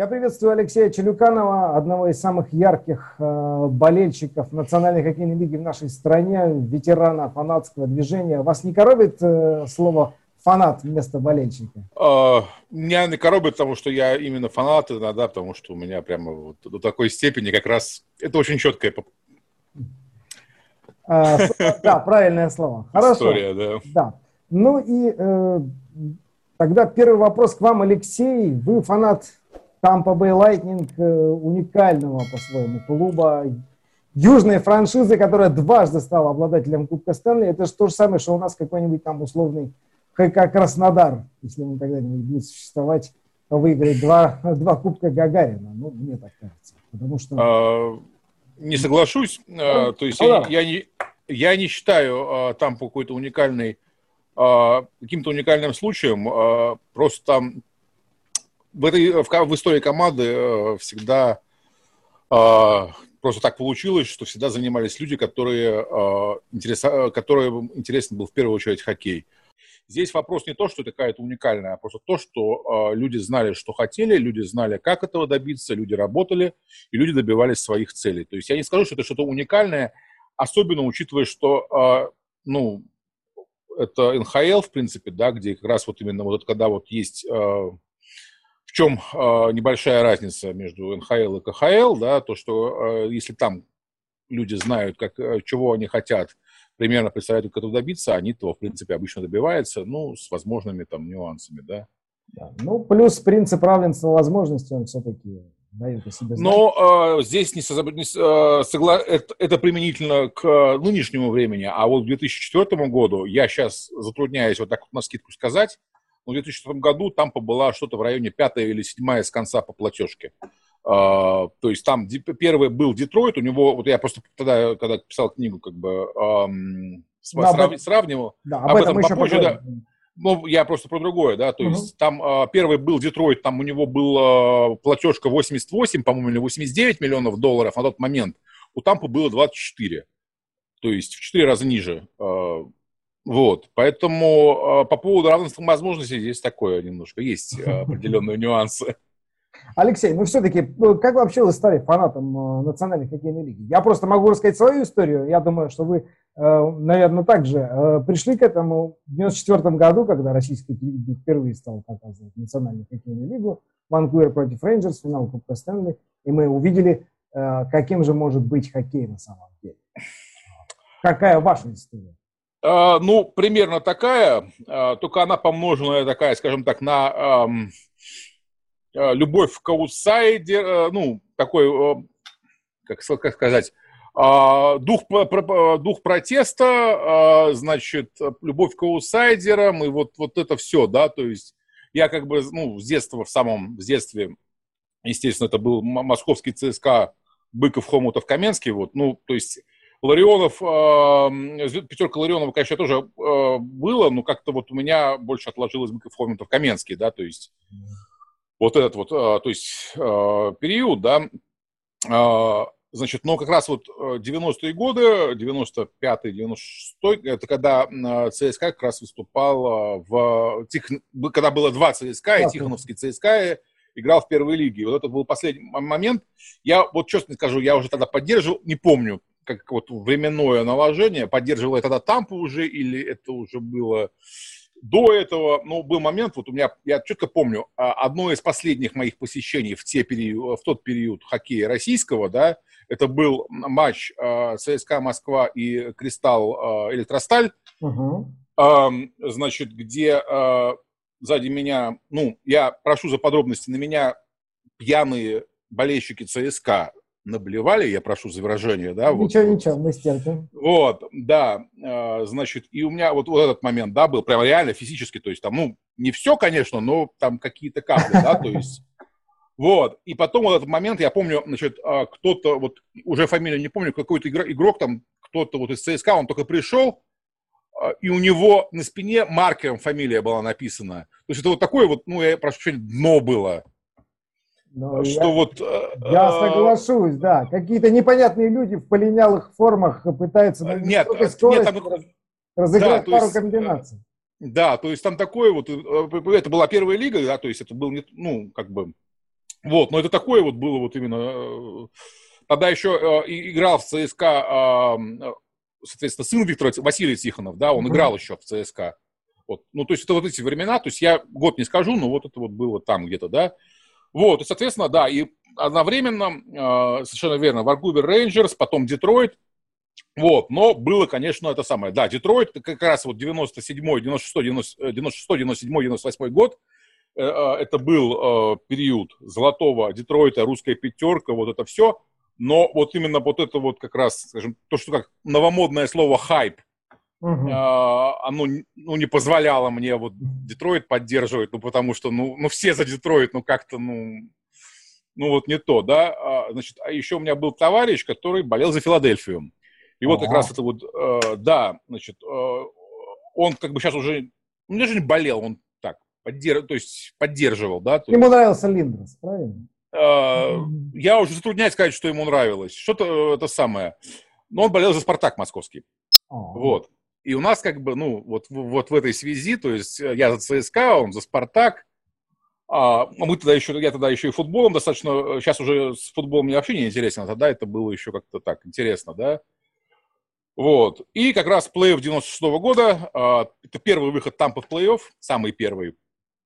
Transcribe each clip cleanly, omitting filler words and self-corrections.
Я приветствую Алексея Челюканова, одного из самых ярких болельщиков Национальной хоккейной лиги в нашей стране, ветерана фанатского движения. Вас не коробит слово «фанат» вместо болельщика? Меня не коробит, потому что я именно фанат иногда, потому что у меня прямо вот до такой степени как раз это очень четкое. Да, правильное слово. Хорошо. История, да. Ну и тогда первый вопрос к вам, Алексей. Вы фанат Tampa Bay Lightning, уникального по-своему клуба, южной франшизы, которая дважды стала обладателем Кубка Стэнли. Это же то же самое, что у нас какой-нибудь там условный ХК Краснодар, если он когда-нибудь будет существовать, выиграть два Кубка Гагарина. Ну, мне так кажется. Потому что... Не соглашусь. То есть я не считаю Тампу какой-то уникальной, каким-то уникальным случаем. Просто там в истории команды всегда просто так получилось, что всегда занимались люди, которым интересен был в первую очередь хоккей. Здесь вопрос не то, что это какая-то уникальная, а просто то, что люди знали, что хотели, люди знали, как этого добиться, люди работали, и люди добивались своих целей. То есть я не скажу, что это что-то уникальное, особенно учитывая, что это НХЛ, в принципе, да, где как раз вот именно вот когда вот есть... В чем небольшая разница между НХЛ и КХЛ, да, то, что если там люди знают, чего они хотят, примерно представляют, как этого добиться, они этого, в принципе, обычно добиваются, с возможными там нюансами, да. Ну, плюс принцип равенства возможностей, он все-таки дает о себе знать. Но здесь это применительно к нынешнему времени, а вот к 2004 году, я сейчас затрудняюсь вот так вот на скидку сказать, но в 2004 году Тампа была что-то в районе 5-я или 7-я с конца по платежке. То есть там первый был Детройт, у него, вот я просто тогда, когда писал книгу, как бы сравнивал. Да, об этом мы еще поговорим. Ну, я просто про другое, да, то есть там первый был Детройт, там у него была платежка 88, по-моему, или 89 миллионов долларов на тот момент, у Тампы было 24, то есть в 4 раза ниже. Вот, поэтому по поводу равенства возможностей здесь такое немножко, есть определенные нюансы. Алексей, ну все-таки, как вообще вы стали фанатом Национальной хоккейной лиги? Я просто могу рассказать свою историю. Я думаю, что вы, наверное, также пришли к этому в 1994 году, когда российский телевидение впервые стал показывать Национальную хоккейную лигу, Ванкувер против Рейнджерс, финал Кубка Стэнли, и мы увидели, каким же может быть хоккей на самом деле. Какая ваша история? Ну, примерно такая, только она помноженная такая, скажем так, на любовь к аутсайдер, такой, как сказать, дух протеста, значит, любовь к аутсайдерам, и вот это все, да, то есть я как бы, с детства, в детстве, естественно, это был московский ЦСКА, Быков, Хомутов, Каменский, вот, то есть Ларионов, пятерка Ларионова, конечно, тоже было, но как-то вот у меня больше отложилось Быков, Хомутов, Каменский, да, то есть вот этот вот, то есть период, да, значит, но как раз вот 90-е годы, 95-й, 96-й, это когда ЦСКА как раз выступал когда было два ЦСКА, и Тихоновский ЦСКА играл в первой лиге. И вот это был последний момент. Я вот честно скажу, я уже тогда поддерживал, не помню, как вот временное наложение, поддерживал я тогда Тампу уже, или это уже было до этого, был момент, вот у меня, я четко помню, одно из последних моих посещений в тот период хоккея российского, да, это был матч ЦСКА Москва и Кристалл Электросталь, значит, где сзади меня, я прошу за подробности, на меня пьяные болельщики ЦСКА наблевали, я прошу за выражение, да. Ничего, мы стерпим. Вот, да, значит, и у меня вот этот момент, да, был прям реально физически, то есть там, не все, конечно, но там какие-то капли, да, то есть, вот, и потом вот этот момент, я помню, значит, кто-то, вот, уже фамилию не помню, какой-то игрок там, кто-то вот из ЦСКА, он только пришел, и у него на спине маркером фамилия была написана, то есть это вот такое вот, я прошу прощения, дно было. Я соглашусь, да. Какие-то непонятные люди в полинялых формах пытаются на высокой скорости разыграть пару комбинаций. Да, то есть там такое вот, это была первая лига, да, то есть это был, Вот, но это такое вот было вот именно... Тогда еще играл в ЦСКА, соответственно, сын Виктора, Василий Тихонов, да, он играл еще в ЦСКА. Вот. Ну, то есть это вот эти времена, то есть я год не скажу, но вот это вот было там где-то, да. Вот, и, соответственно, да, и одновременно, совершенно верно, Ванкувер Рейнджерс, потом Детройт, вот, но было, конечно, это самое, да, Детройт, как раз вот 97-й, 96-й, 97-й, 98-й год, это был период золотого Детройта, русская пятерка, вот это все, но вот именно вот это вот как раз, скажем, то, что как новомодное слово «хайп», оно не позволяло мне вот Детройт поддерживать, ну, потому что, ну все за Детройт, ну, как-то, ну вот не то, да. Значит, а еще у меня был товарищ, который болел за Филадельфию. И вот как раз это вот, да, значит, он как бы сейчас уже, ну, даже не болел, он так, то есть поддерживал, да. Ему нравился Линдрос, правильно? Я уже затрудняюсь сказать, что ему нравилось. Что-то это самое. Но он болел за «Спартак» московский. Вот. И у нас как бы, ну, вот в этой связи, то есть я за ЦСКА, он за «Спартак». Я тогда еще и футболом достаточно, сейчас уже с футболом мне вообще не интересно, а тогда это было еще как-то так интересно, да. Вот. И как раз плей-офф 96-го года, это первый выход Тампы в плей-офф, самый первый.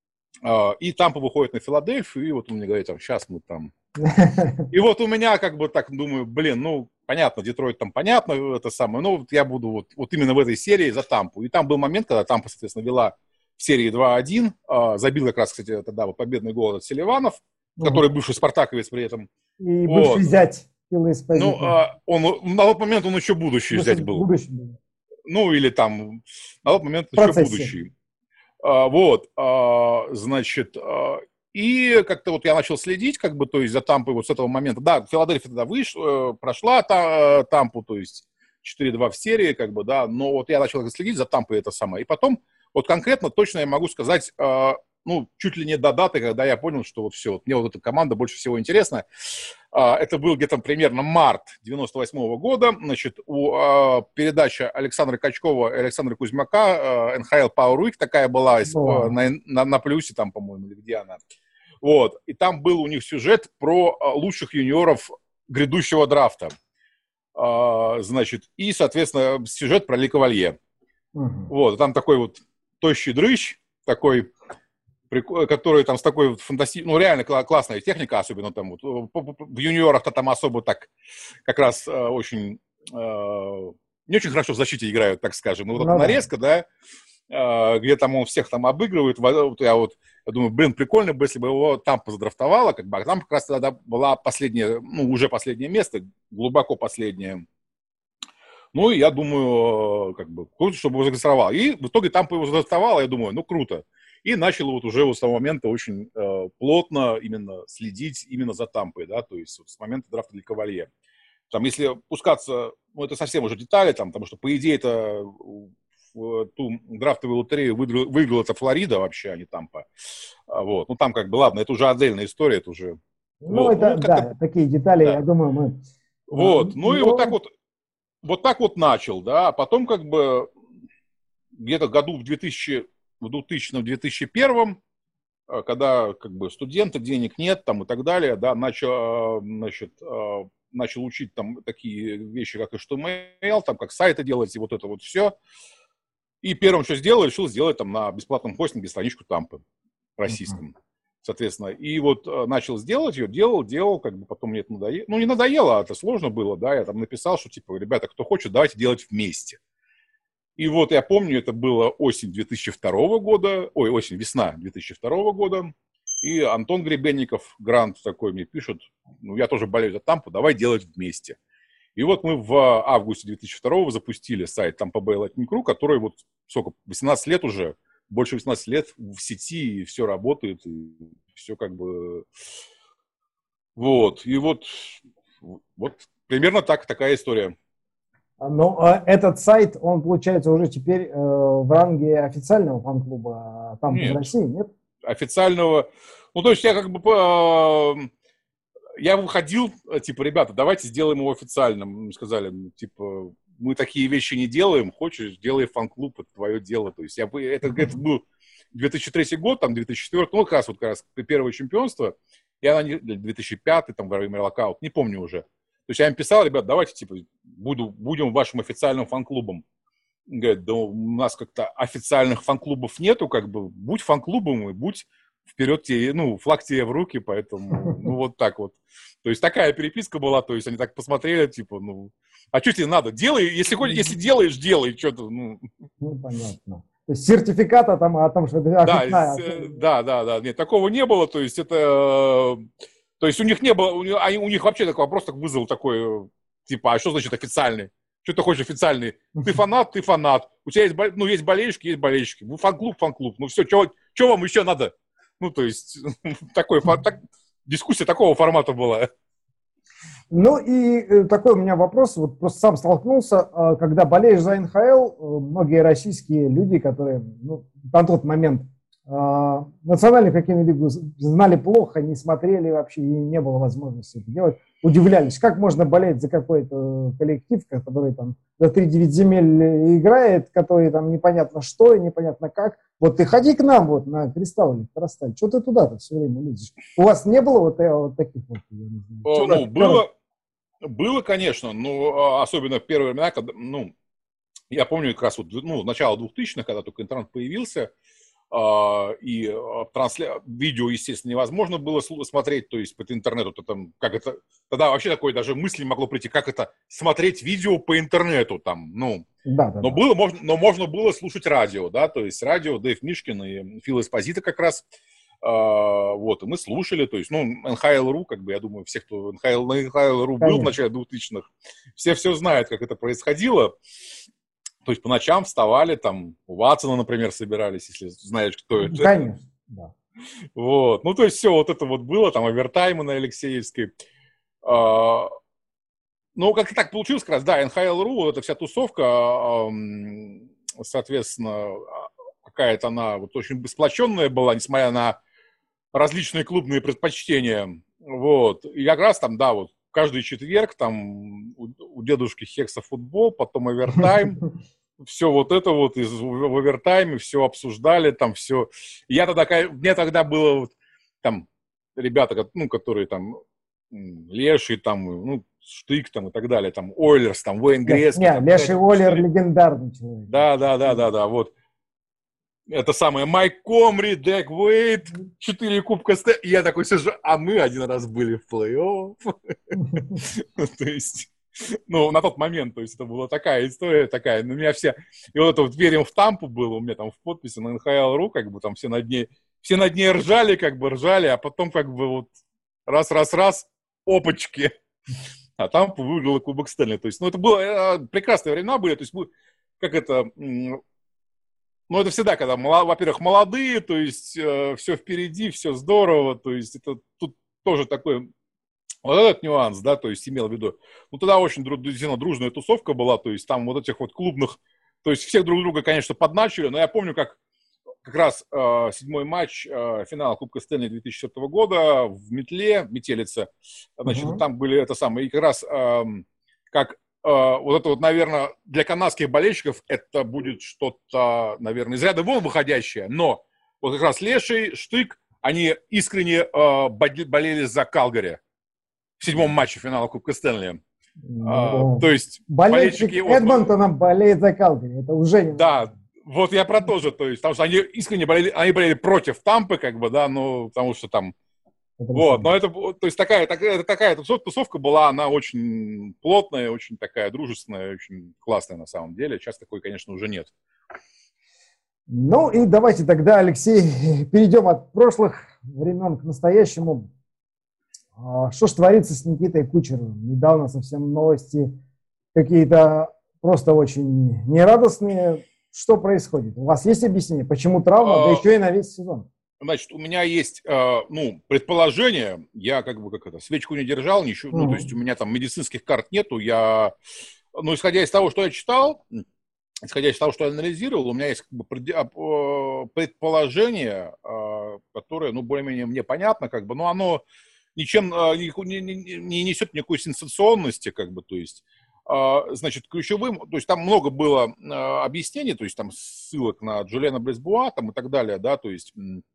И Тампа выходит на Филадельфию, и вот он мне говорит, сейчас мы там... И вот у меня как бы так думаю, блин, ну, понятно, Детройт там понятно, это самое, но вот я буду вот именно в этой серии за Тампу. И там был момент, когда Тампа, соответственно, вела в серии 2-1, забил как раз, кстати, тогда вот победный гол от Селиванов, который бывший спартаковец при этом. И бывший зять Фила Эспозито. Ну, на тот момент он еще будущий зять был. Ну, или там, на тот момент еще будущий. Вот, значит, и как-то вот я начал следить, как бы, то есть за Тампой вот с этого момента. Да, Филадельфия тогда прошла Тампу, то есть 4-2 в серии, как бы, да, но вот я начал следить за Тампой, это самое. И потом, вот конкретно, точно я могу сказать, ну, чуть ли не до даты, когда я понял, что вот все, вот мне вот эта команда больше всего интересна. Это был где-то примерно март 98-го года. Значит, у передача Александра Качкова и Александра Кузьмака NHL Power Week такая была на плюсе там, по-моему, или где она. Вот. И там был у них сюжет про лучших юниоров грядущего драфта. Значит, и, соответственно, сюжет про Ли Кавалье. Вот. Там такой вот тощий дрыщ, такой... который там с такой фантастической, ну, реально классная техника, особенно там вот, в юниорах-то там особо так как раз очень, не очень хорошо в защите играют, так скажем. Ну, вот эта нарезка, да, где там он всех там обыгрывает, я думаю, блин, прикольно бы, если бы его там позадрафтовало, как бы, а там как раз тогда была последняя, ну, уже последнее место, глубоко последнее. Ну, и я думаю, как бы, круто, чтобы его зарегистрировал. И в итоге там его задрафтовало, я думаю, ну, круто. И начал вот уже вот с того момента очень плотно именно следить именно за Тампой, да, то есть вот с момента драфта Ли Кавалье. Там, если пускаться, ну, это совсем уже детали, там, потому что, по идее, это ту драфтовую лотерею выиграла это Флорида вообще, а не Тампа. Вот. Ну, там как бы, ладно, это уже отдельная история, это уже... Ну, вот. Это, ну, да, такие детали, да. Я думаю, мы... Вот, ну, и вот так вот начал, да, а потом как бы где-то году в 2000-2001, когда как бы студенты, денег нет там и так далее, да, начал учить там такие вещи, как HTML, там, как сайты делать и вот это вот все. И первым, что сделал, решил сделать там на бесплатном хостинге страничку Тампы российском, соответственно. И вот начал сделать ее, делал, как бы потом мне это надоело. Ну, не надоело, а это сложно было, да, я там написал, что типа, ребята, кто хочет, давайте делать вместе. И вот я помню, это было весна 2002 года, и Антон Гребенников, Грант такой, мне пишет, ну, я тоже болею за Тампу, давай делать вместе. И вот мы в августе 2002 запустили сайт Tampa Bay Lightning Crew, который вот, 18 лет уже, больше 18 лет в сети, и все работает, и все как бы... Вот, и вот примерно такая история. Но этот сайт, он, получается, уже теперь в ранге официального фан-клуба Тампы в России, нет? Официального... Ну, то есть я как бы... Я выходил, типа, ребята, давайте сделаем его официальным. Мы сказали, типа, мы такие вещи не делаем, хочешь, делай фан-клуб, это твое дело. То есть это был 2003 год, там, 2004, ну, как раз первое чемпионство. и она, 2005, там, говорили, локаут, не помню уже. То есть я им писал, ребят, давайте, типа, будем вашим официальным фан-клубом. Говорят, да у нас как-то официальных фан-клубов нету, как бы, будь фан-клубом и будь вперед тебе, ну, флаг тебе в руки, поэтому, ну, вот так вот. То есть такая переписка была, то есть они так посмотрели, типа, ну, а что тебе надо? Делай, если делаешь, делай, что-то, ну. Ну, понятно. То есть сертификат о том, что это официально. Да, нет, такого не было, то есть это, то есть у них не было, у них вообще такой вопрос так вызвал такой, типа, а что значит официальный? Что ты хочешь официальный? Ты фанат, у тебя есть, ну, есть болельщики, ну, фан-клуб, ну, все, что вам еще надо? Ну, то есть, дискуссия такого формата была. Ну и такой у меня вопрос, вот просто сам столкнулся, когда болеешь за НХЛ, многие российские люди, которые ну, на тот момент национальные хоккейные лигу знали плохо, не смотрели вообще, и не было возможности это делать, удивлялись, как можно болеть за какой-то коллектив, который там за 3-9 земель играет, который там непонятно что и непонятно как. Вот ты ходи к нам вот на Кристалл или Крастай, что ты туда-то все время лезешь? У вас не было вот таких вот, я не знаю, ну, было, конечно, но особенно в первые времена, когда, ну, я помню как раз вот, ну, начало 2000-х, когда только интернет появился, и видео, естественно, невозможно было смотреть, то есть по интернету, там, как это, тогда вообще такое даже мысли не могло прийти, как это смотреть видео по интернету, там, ну, но можно было слушать радио, да, то есть радио, Дэйв Мишкин и Фил Эспозито как раз, вот, и мы слушали, то есть, ну, НХЛ.ру, как бы, я думаю, все, кто на НХЛ.ру был в начале 2000-х, все знают, как это происходило. То есть по ночам вставали, там, у Ватсона, например, собирались, если знаешь, кто это. Конечно, да. Вот, ну, то есть все вот это вот было, там, овертаймы на Алексеевской. Ну, как-то так получилось, как раз, да, НХЛ.ру, вот эта вся тусовка, соответственно, какая-то она вот очень сплоченная была, несмотря на различные клубные предпочтения. Вот, и как раз там, да, вот, каждый четверг там у дедушки Хекса футбол, потом овертайм, все вот это вот в овертайме, все обсуждали, там все. Мне тогда было вот, там ребята, ну, которые там Леший, там, ну, Штык там и так далее, там Ойлерс, там Уэйн Грецкий. Леший Уоллер легендарный человек. Да, вот. Это самое, Майк Комри, Дэк Уэйт, 4 кубка Стэнли. И я такой сижу, а мы один раз были в плей-офф. То есть, ну, на тот момент, то есть, это была такая история, такая, ну, у меня все, и вот это вот «Верим в Тампу» было у меня там в подписи на НХЛ.ру, как бы там все над ней ржали, а потом как бы вот раз, опачки, а Тампа выиграла кубок Стэнли. То есть, ну, это было, прекрасные времена были, то есть, как это... Ну, это всегда, когда, во-первых, молодые, то есть все впереди, все здорово, то есть это тут тоже такой вот этот нюанс, да, то есть имел в виду. Ну, тогда очень дружная тусовка была, то есть там вот этих вот клубных, то есть всех друг друга, конечно, подначили, но я помню, как раз 7-й матч финала Кубка Стэнли 2004 года в Метелице, значит, там были это самое, и как раз как вот это вот, наверное, для канадских болельщиков это будет что-то, наверное, из ряда вон выходящее, но вот как раз Леший, Штык, они искренне болели за Калгари в 7-м матче финала Кубка Стэнли. То есть болельщик Эдмонтона болеет за Калгари, это уже не... Да, вот я про то же, то есть, потому что они искренне болели против Тампы, как бы, да, ну, потому что там вот, но это, то есть такая тусовка была, она очень плотная, очень такая дружественная, очень классная на самом деле. Сейчас такой, конечно, уже нет. Ну и давайте тогда, Алексей, перейдем от прошлых времен к настоящему. Что ж творится с Никитой Кучеровым? Недавно совсем новости какие-то просто очень нерадостные. Что происходит? У вас есть объяснение, почему травма, да еще и на весь сезон? Значит, у меня есть, ну, предположение, я как бы, свечку не держал, ничего, ну, то есть у меня там медицинских карт нету, ну, исходя из того, что я читал, исходя из того, что я анализировал, у меня есть как бы предположение, которое, ну, более-менее мне понятно, как бы, но оно ничем не несет никакой сенсационности, как бы, то есть, значит, ключевым, то есть там много было объяснений, то есть там ссылок на Джулиана Брисбуа там и так далее, да, то есть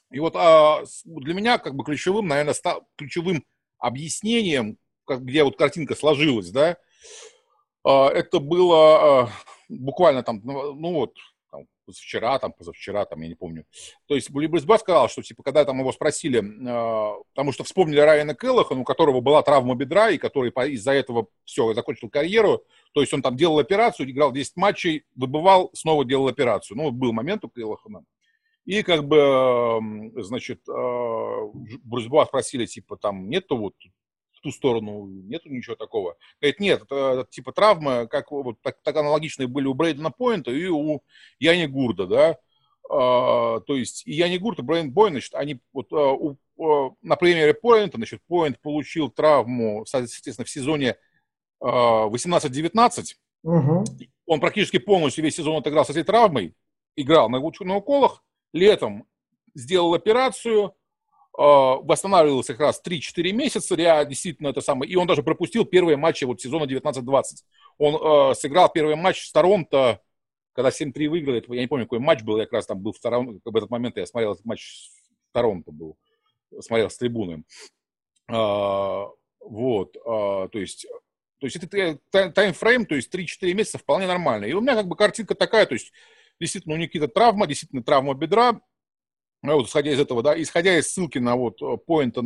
И вот для меня как бы ключевым, наверное, ключевым объяснением, где вот картинка сложилась, да, это было буквально там, ну вот, там, вчера, там, позавчера, там, я не помню. То есть Брисбен сказал, что, типа, когда там его спросили, потому что вспомнили Райана Келлахана, у которого была травма бедра, и который из-за этого все, закончил карьеру, то есть он там делал операцию, играл 10 матчей, выбывал, снова делал операцию. Ну, вот был момент у Келлахана. И как бы, значит, Брисбена спросили, типа, там, нету вот в ту сторону, нету ничего такого. Говорит, нет, это типа травмы, как вот так аналогичные были у Брейдена Пойнта и у Яни Гурда, да. То есть и Яни Гурд, и Брейден Пойнт, значит, они вот на примере Пойнта, значит, Пойнт получил травму, соответственно, в сезоне 18-19. Угу. Он практически полностью весь сезон отыграл с этой травмой, играл на уколах, летом сделал операцию, восстанавливался как раз 3-4 месяца, действительно это самое, и он даже пропустил первые матчи вот сезона 19-20. Он сыграл первый матч с Торонто, когда 7-3 выиграли, я не помню, какой матч был, я как раз там был в этот момент я смотрел этот матч в Торонто был, смотрел с трибуны. Вот, то есть это таймфрейм, то есть 3-4 месяца вполне нормально. И у меня как бы картинка такая, то есть действительно у Никиты травма, действительно травма бедра. Вот, исходя из этого, да, исходя из ссылки на вот Пойнта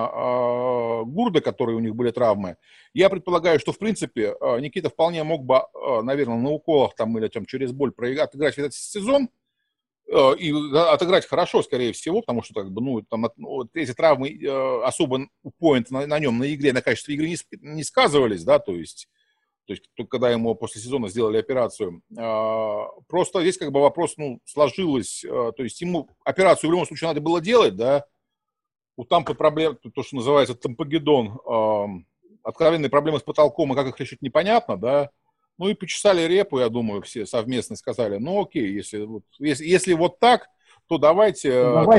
на Гурда, которые у них были травмы, я предполагаю, что в принципе Никита вполне мог бы, наверное, на уколах там или там через боль отыграть этот сезон и отыграть хорошо, скорее всего, потому что как бы, ну, там, вот эти травмы особо у Пойнта на нем, на игре, на качестве игры не сказывались, да, то есть когда ему после сезона сделали операцию. Просто здесь как бы вопрос, ну, сложилось, то есть ему операцию в любом случае надо было делать, да, у Тампы проблем, то, что называется тампагеддон, откровенные проблемы с потолком, и как их решить непонятно, да, ну и почесали репу, я думаю, все совместно сказали, ну окей, если вот так, то давайте,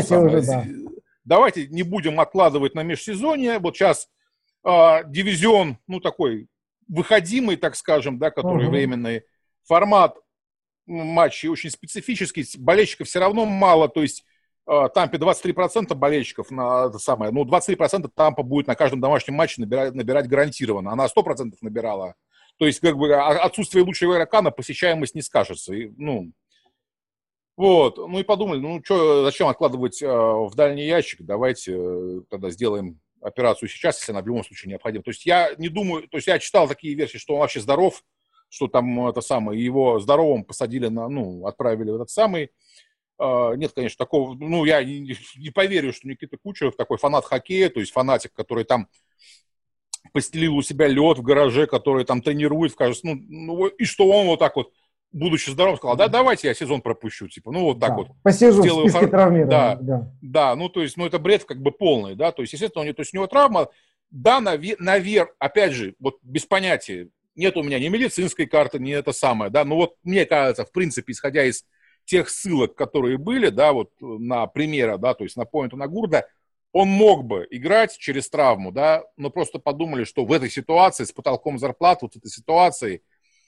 давайте не будем откладывать на межсезонье, вот сейчас дивизион, ну такой, выходимый, так скажем, да, который временный, формат матчей очень специфический, болельщиков все равно мало, то есть Тампе 23% болельщиков, на это самое, ну 23% Тампа будет на каждом домашнем матче набирать гарантированно, она 100% набирала, то есть как бы отсутствие лучшего игрока на посещаемость не скажется, ну, вот, ну и подумали, ну что, зачем откладывать в дальний ящик, давайте тогда сделаем операцию сейчас, если она в любом случае необходима. То есть я не думаю, то есть я читал такие версии, что он вообще здоров, что там это самое, его здоровым посадили ну, отправили в этот самый. Нет, конечно, такого, ну, я не поверю, что Никита Кучеров такой фанат хоккея, то есть фанатик, который там постелил у себя лед в гараже, который там тренирует, кажется, ну, и что он вот так вот, будучи здоровым, сказал, да, давайте я сезон пропущу, типа, ну, вот так вот. Посижу в списке травмированных. Да, ну, то есть, ну, это бред как бы полный, да, то есть, естественно, то есть, у него травма, да, опять же, вот без понятия, нет у меня ни медицинской карты, ни это самое, да, но вот мне кажется, в принципе, исходя из тех ссылок, которые были, да, вот на примера, да, то есть на Пойнта, на Гурда, он мог бы играть через травму, да, но просто подумали, что в этой ситуации с потолком зарплат, вот этой ситуации,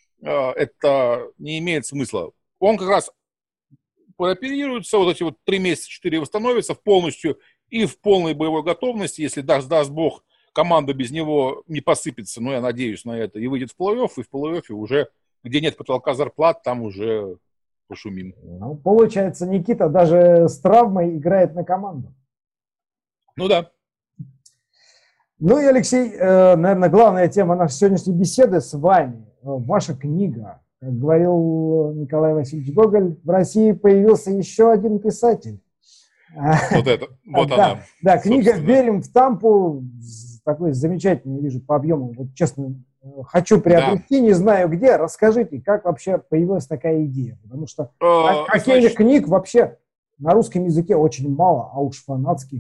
это не имеет смысла. Он как раз прооперируется, вот эти вот 3 месяца, 4 восстановится полностью и в полной боевой готовности, если даст Бог, команда без него не посыпется, но я надеюсь на это, и выйдет в плей-офф, и в плей-оффе уже, где нет потолка зарплат, там уже пошумим. Ну, получается, Никита даже с травмой играет на команду. Ну да. Ну и, Алексей, наверное, главная тема нашей сегодняшней беседы с вами. Ваша книга. Как говорил Николай Васильевич Гоголь, в России появился еще один писатель. Вот это, вот она. Да, книга «Верим в Тампу», такой замечательный, вижу, по объему. Вот честно, хочу приобрести, не знаю где. Расскажите, как вообще появилась такая идея? Потому что хоккейных книг вообще на русском языке очень мало, а уж фанатских.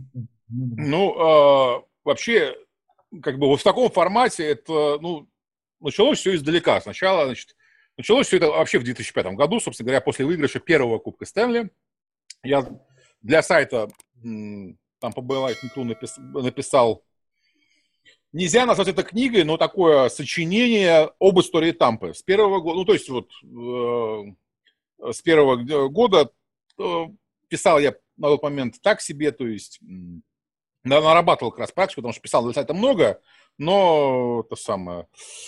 Ну, вообще, как бы вот в таком формате это, ну, началось все издалека. Сначала, значит, началось все это вообще в 2005 году, собственно говоря, после выигрыша первого Кубка Стэнли. Я для сайта Tampa Bay Lightning написал, нельзя назвать это книгой, но такое сочинение об истории Тампы. С первого года, ну, то есть вот с первого года писал я на тот момент так себе, то есть нарабатывал как раз практику, потому что писал для сайта много, но то самое,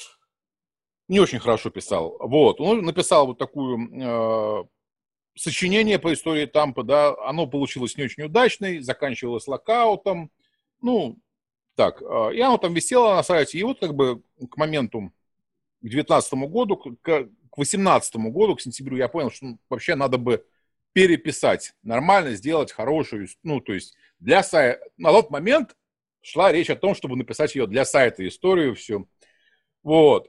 не очень хорошо писал. Вот, он написал вот такую сочинение по истории Тампы, да, оно получилось не очень удачной, заканчивалось локаутом, ну, так, и оно там висело на сайте, и вот как бы к моменту, к 19-му году, к 18-му году, к сентябрю, я понял, что вообще надо бы переписать, нормально сделать хорошую, ну, то есть для сайта. На тот момент шла речь о том, чтобы написать ее для сайта, историю, все. Вот.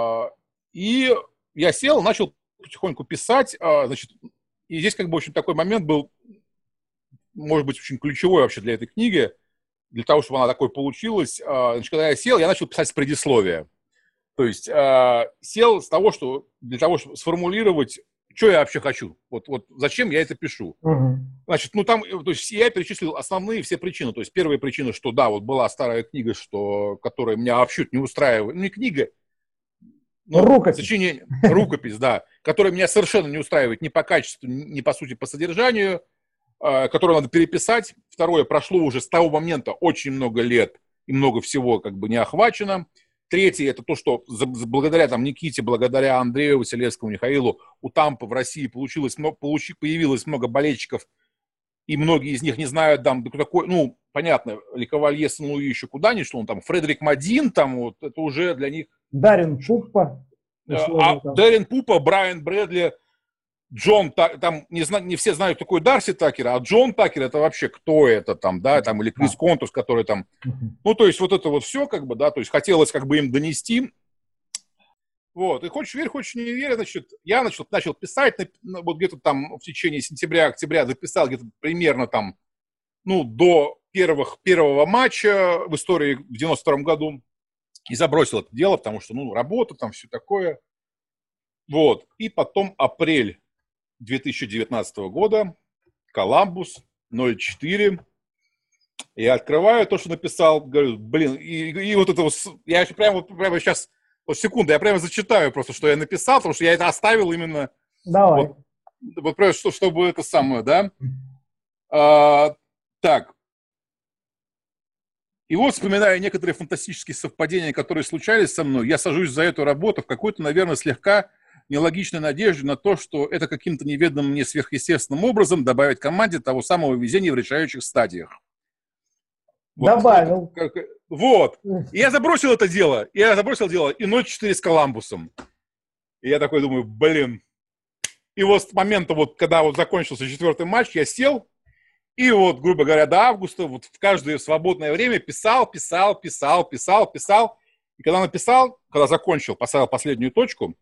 И я сел, начал потихоньку писать, значит, и здесь как бы очень такой момент был, может быть, очень ключевой вообще для этой книги, для того, чтобы она такой получилась. Значит, когда я сел, я начал писать с предисловия. То есть сел с того, что для того, чтобы сформулировать, что я вообще хочу. Вот зачем я это пишу. Значит, ну там, то есть я перечислил основные все причины. То есть первая причина, что да, вот была старая книга, которая меня вообще не устраивает. Ну, не книга, рукопись. Сочинение, рукопись, да, которая меня совершенно не устраивает ни по качеству, ни по сути по содержанию, которую надо переписать. Второе, прошло уже с того момента очень много лет, и много всего как бы не охвачено. Третье, это то, что благодаря там Никите, благодаря Андрею Василевскому, Михаилу, у Тампы в России появилось много болельщиков, и многие из них не знают, там, такой, ну, понятно, Ле-Ковалье, Сен-Луи еще куда ни шло, он там, Фредерик Мадин, там, вот, это уже для них... Даррен Пуппа. Даррен Пуппа, Брайан Брэдли, Джон, там не все знают, такой Дарси Такер, а Джон Такер, это вообще кто это там, да, там, или Крис Контус, который там, ну, то есть вот это вот все, как бы, да, то есть хотелось как бы им донести, вот, и хочешь верь, хочешь не верь, значит, я начал писать, вот где-то там в течение сентября-октября дописал где-то примерно там, ну, до первого матча в истории в 92-м году, и забросил это дело, потому что, ну, работа там, все такое, вот, и потом апрель 2019 года, Коламбус, 0.4. Я открываю то, что написал, говорю, блин, и вот это вот, я прямо сейчас, вот секунду, я прямо зачитаю просто, что я написал, потому что я это оставил именно... Давай. Вот просто, чтобы это самое, да? Так. И вот, вспоминая некоторые фантастические совпадения, которые случались со мной, я сажусь за эту работу в какой-то, наверное, слегка нелогичной надежде на то, что это каким-то неведомым мне сверхъестественным образом добавит команде того самого везения в решающих стадиях. Вот, добавил. Вот. И я забросил это дело. И 0-4 с Коламбусом. И я такой думаю, блин. И вот с момента, вот, когда вот закончился 4-й матч, я сел, и вот, грубо говоря, до августа вот в каждое свободное время писал. И когда закончил, поставил последнюю точку,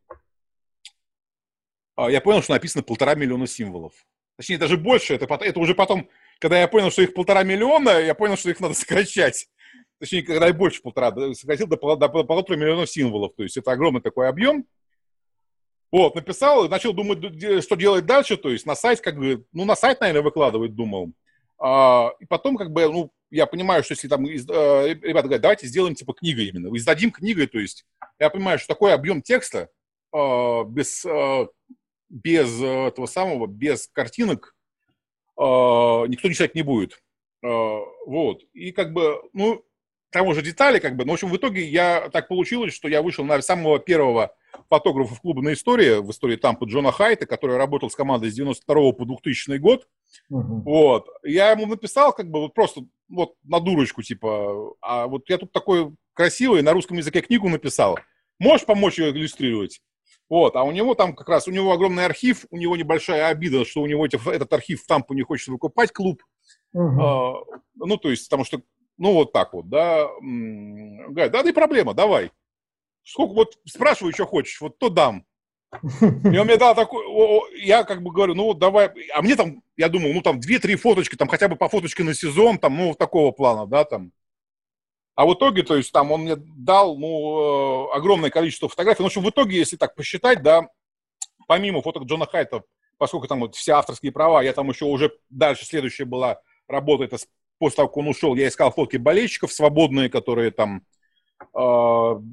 я понял, что написано 1,5 миллиона символов. Точнее, даже больше. Это уже потом, когда я понял, что их 1,5 миллиона, я понял, что их надо сокращать. Точнее, когда я больше 1,5, сократил до 1,5 миллиона символов. То есть это огромный такой объем. Вот, написал, начал думать, что делать дальше. То есть на сайт, как бы, ну, на сайт, наверное, выкладывать думал. И потом, как бы, ну, я понимаю, что если там ребята говорят, давайте сделаем типа книгой именно, издадим книгой, то есть я понимаю, что такой объем текста без этого самого, без картинок никто не читать не будет. Вот. И как бы, ну, там уже детали, как бы, но, в общем, в итоге так получилось, что я вышел на самого первого фотографа в клубе на истории, в истории Тампы, Джона Хайта, который работал с командой с 92 по 2000 год. Вот. Я ему написал, как бы, вот просто вот на дурочку, типа, а вот я тут такой красивый, на русском языке книгу написал. Можешь помочь ее иллюстрировать? Вот, а у него там как раз, у него огромный архив, у него небольшая обида, что у него этот архив в Тампу не хочет выкупать клуб. Ну, то есть, потому что, ну, вот так вот, да. Говорит, да, не проблема, давай. Сколько, вот спрашиваю, что хочешь, вот то дам. И он мне дал такой, я как бы говорю, ну, вот давай. А мне там, я думал, ну, там 2-3 фоточки, там хотя бы по фоточке на сезон, там, ну, такого плана, да, там. А в итоге, то есть, там он мне дал, ну, огромное количество фотографий. Ну, в общем, в итоге, если так посчитать, да, помимо фоток Джона Хайта, поскольку там вот все авторские права, я там еще уже дальше, следующая была работа, это после того, как он ушел, я искал фотки болельщиков свободные, которые там, ну,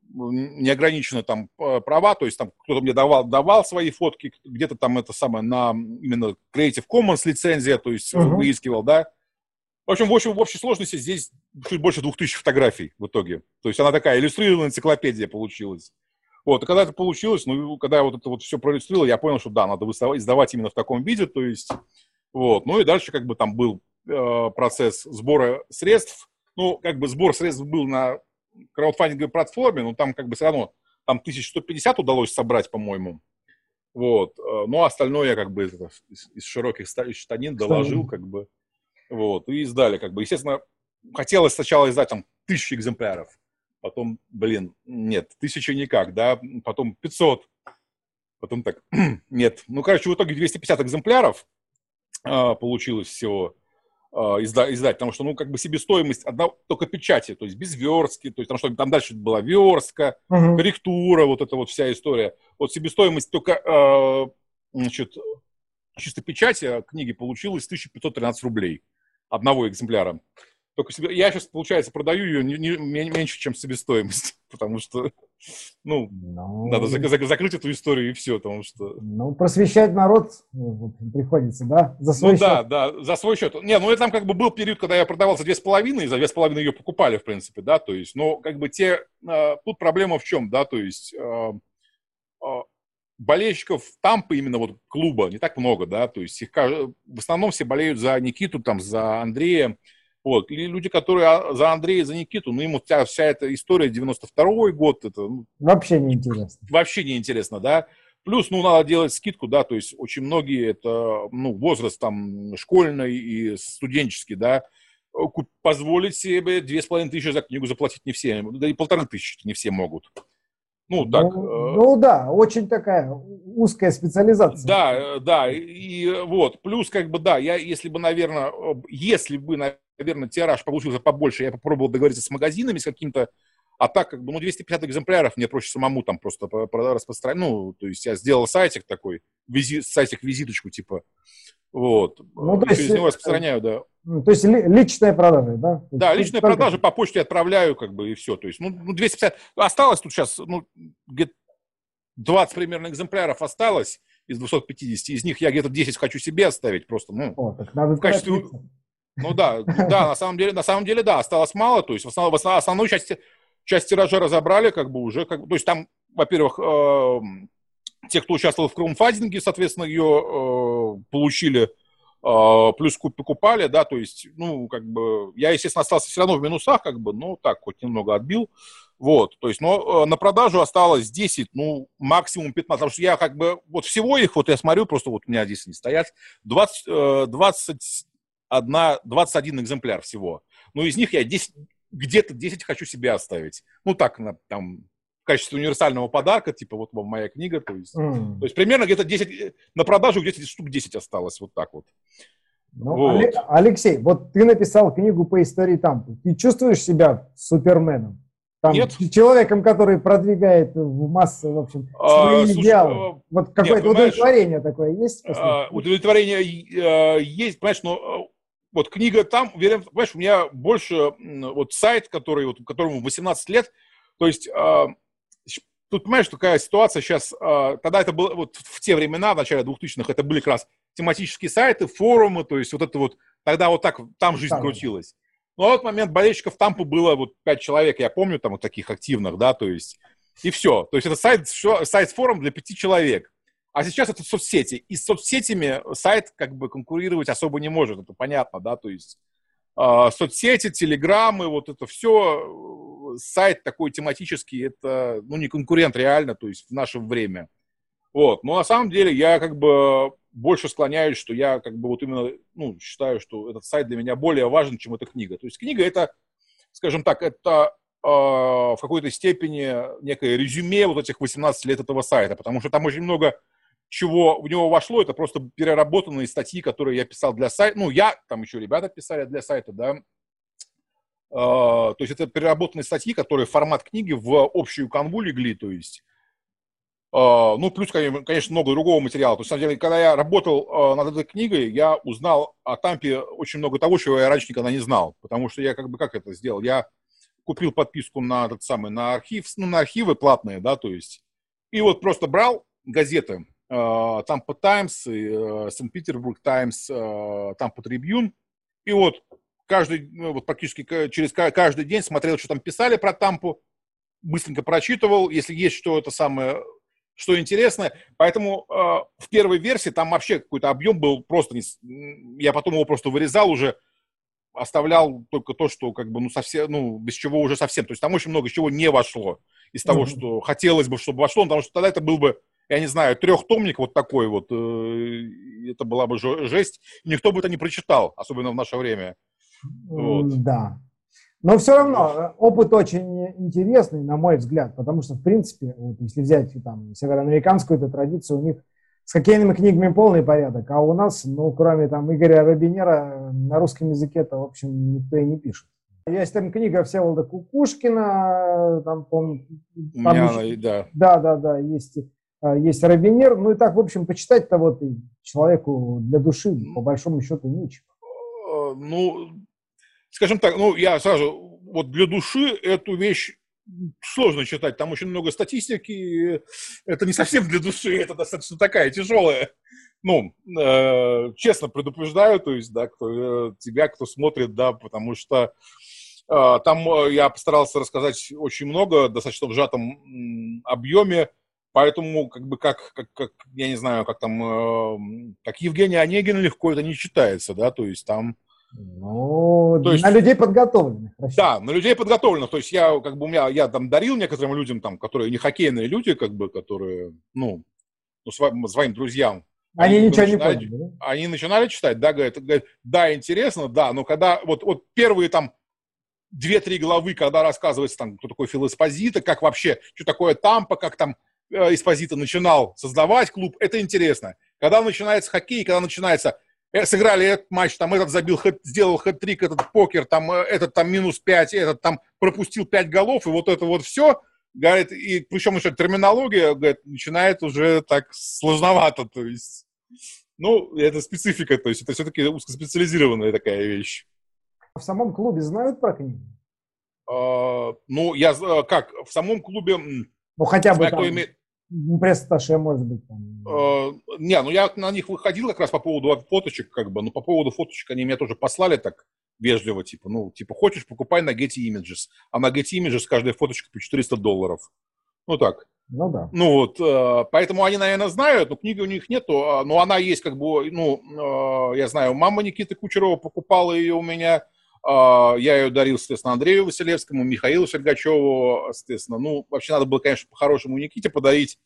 неограниченно там права, то есть там кто-то мне давал свои фотки, где-то там это самое на именно Creative Commons лицензия, то есть выискивал, да. В общем, в общей сложности здесь чуть больше 2000 фотографий в итоге. То есть она такая иллюстрированная энциклопедия получилась. Вот, и когда это получилось, ну, когда я вот это вот все проиллюстрировал, я понял, что да, надо издавать именно в таком виде, то есть, вот. Ну и дальше как бы там был процесс сбора средств. Ну, как бы сбор средств был на краудфандинговой платформе, но там как бы все равно, там 1150 удалось собрать, по-моему. Вот. Ну, а остальное я как бы из широких штанин доложил, как бы. Вот, и издали, как бы, естественно, хотелось сначала издать там 1000 экземпляров, потом, нет, 1000 никак, да, потом 500, потом так, нет, ну, короче, в итоге 250 экземпляров получилось всего издать, потому что, ну, как бы себестоимость только печати, то есть без верстки, то есть потому что там дальше была верстка, корректура, вот эта вот вся история, вот себестоимость только, значит, чисто печати книги получилось 1513 рублей. Одного экземпляра. Только я сейчас, получается, продаю ее меньше, чем себестоимость, потому что, ну, надо закрыть эту историю и все, потому что... Ну, просвещать народ приходится, да? За свой счет. Да, за свой счет. Не, ну, это там как бы был период, когда я продавал за 2,5, и за 2,5 ее покупали, в принципе, да, то есть, но как бы тут проблема в чем, да, то есть... болельщиков Тампы, именно вот клуба, не так много, да, то есть их, в основном все болеют за Никиту, там, за Андрея, вот, и люди, которые за Андрея, за Никиту, ну, ему вся эта история, 92-й год, это... Вообще неинтересно. Вообще неинтересно, да, плюс, ну, надо делать скидку, да, то есть очень многие, это, ну, возраст там школьный и студенческий, да, позволить себе 2500 за книгу заплатить не все, да и 1500 не все могут. Ну, так. Ну да, очень такая узкая специализация. Да, и вот, плюс, как бы, да, если бы, наверное, тираж получился побольше, я попробовал договориться с магазинами, с каким-то, а так, как бы, ну, 250 экземпляров мне проще самому там просто распространять, ну, то есть я сделал сайтик такой, сайтик-визиточку, типа, вот, ну, и через него распространяю, да. То есть личная продажа, да? Да, личная продажа, по почте отправляю, как бы, и все, то есть, ну 250, осталось тут сейчас, ну, где-то 20 примерно экземпляров осталось из 250, из них я где-то 10 хочу себе оставить просто, ну, так надо в качестве... Ну да, на самом деле, да, осталось мало, то есть основную часть тиража разобрали, как бы уже, то есть там, во-первых, те, кто участвовал в краудфандинге, соответственно, ее получили, плюс покупали, да, то есть, ну, как бы, я, естественно, остался все равно в минусах, как бы, ну, так, хоть немного отбил, вот, то есть, но на продажу осталось 10, ну, максимум 15, потому что я, как бы, вот всего их, вот я смотрю, просто вот у меня здесь они стоят, 21 экземпляр всего, но из них я где-то 10 хочу себе оставить, ну, так, там, в качестве универсального подарка, типа, вот вам моя книга, то есть примерно где-то 10, на продажу где-то штук 10 осталось, вот так вот. Ну, вот. Алексей, вот ты написал книгу по истории Тампы. Ты чувствуешь себя суперменом? Нет. Человеком, который продвигает в массы, в общем, свои идеалы. Вот какое-то удовлетворение такое есть? Удовлетворение есть, понимаешь, но вот книга там, понимаешь, у меня больше вот сайт, которому 18 лет, то есть тут, понимаешь, такая ситуация сейчас, тогда это было, вот в те времена, в начале 2000-х, это были как раз тематические сайты, форумы, то есть вот это вот, тогда вот так, там жизнь крутилась. Но в этот момент болельщиков Тампы было вот 5 человек, я помню, там вот таких активных, да, то есть, и все. То есть это сайт-форум для 5 человек. А сейчас это соцсети. И с соцсетями сайт как бы конкурировать особо не может, это понятно, да, то есть соцсети, телеграммы, вот это все, сайт такой тематический, это, ну, не конкурент реально, то есть в наше время. Вот, но на самом деле я как бы больше склоняюсь, что я как бы вот именно, ну, считаю, что этот сайт для меня более важен, чем эта книга. То есть книга это, скажем так, это в какой-то степени некое резюме вот этих 18 лет этого сайта, потому что там очень много чего в него вошло, это просто переработанные статьи, которые я писал для сайта, ну, я, там еще ребята писали для сайта, да, то есть это переработанные статьи, которые в формат книги в общую канву легли, то есть, ну, плюс, конечно, много другого материала, то есть, на самом деле, когда я работал над этой книгой, я узнал о Тампе очень много того, чего я раньше никогда не знал, потому что я как бы, как это сделал, я купил подписку на этот самый, на архив, ну, на архивы платные, да, то есть, и вот просто брал газеты, Тампа Таймс, Санкт-Петербург Таймс, Тампа Трибьюн, и вот каждый, вот практически через каждый день смотрел, что там писали про Тампу, быстренько прочитывал, если есть что это самое, что интересное. Поэтому в первой версии там вообще какой-то объем был просто, я потом его просто вырезал уже, оставлял только то, что как бы, ну, совсем, ну, без чего уже совсем. То есть там очень много чего не вошло из того, что хотелось бы, чтобы вошло, потому что тогда это был бы, я не знаю, трехтомник вот такой вот, это была бы жесть, никто бы это не прочитал, особенно в наше время. Вот. Да. Но все равно опыт очень интересный, на мой взгляд, потому что, в принципе, вот если взять там североамериканскую эту традицию, у них с хоккейными книгами полный порядок, а у нас, ну, кроме там Игоря Робинера, на русском языке-то, в общем, никто и не пишет. Есть там книга Всеволода Кукушкина, там, помню, да, есть Робинер, ну и так, в общем, почитать-то вот и человеку для души, по большому счету, нечего. Ну, скажем так, ну, я сразу, вот для души эту вещь сложно читать, там очень много статистики, это не совсем для души, это достаточно такая тяжелая. Ну, честно предупреждаю, то есть, да, кто смотрит, да, потому что там я постарался рассказать очень много, достаточно в сжатом объеме, поэтому, как бы, как я не знаю, как там, как Евгений Онегин легко это не читается, да, то есть там... Ну, то есть, на людей подготовленных. Да, на людей подготовленных. То есть я, как бы, я там дарил некоторым людям, там, которые не хоккейные люди, как бы, которые, ну своим друзьям. Они ничего не поняли, да? Они начинали читать, да, говорят, да, интересно, да, но когда вот первые там 2-3 главы, когда рассказывается там, кто такой Фил Эспозито, как вообще, что такое Тампа, как там Эспозито начинал создавать клуб, это интересно. Когда начинается хоккей, когда начинается сыграли этот матч, там этот сделал хэт-трик, этот покер, там этот там -5, этот там пропустил 5 голов, и вот это вот все, говорит, и причем еще терминология, говорит, начинает уже так сложновато, то есть, ну, это специфика, то есть это все-таки узкоспециализированная такая вещь. В самом клубе знают про книгу? Ну, как, в самом клубе... Ну, хотя бы там... Пресс-атташе, может быть. Там. Не, ну я на них выходил как раз по поводу фоточек, как бы, но по поводу фоточек они меня тоже послали так вежливо, типа, ну, типа, хочешь, покупай на Getty Images, а на Getty Images каждая фоточка по $400. Ну, так. Ну, да. Ну, вот, поэтому они, наверное, знают, но книги у них нету, но она есть, как бы, ну, я знаю, мама Никиты Кучерова покупала ее у меня, я ее дарил, соответственно, Андрею Василевскому, Михаилу Сергачеву, соответственно. Ну, вообще надо было, конечно, по-хорошему Никите подарить.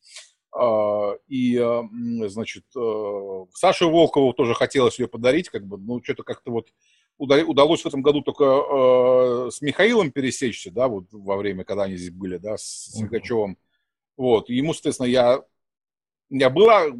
И, значит, Саше Волкову тоже хотелось ее подарить. Как бы, ну, что-то как-то вот удалось в этом году только с Михаилом пересечься, да, вот во время, когда они здесь были, да, с Сергачевым. Вот, и ему, соответственно, у меня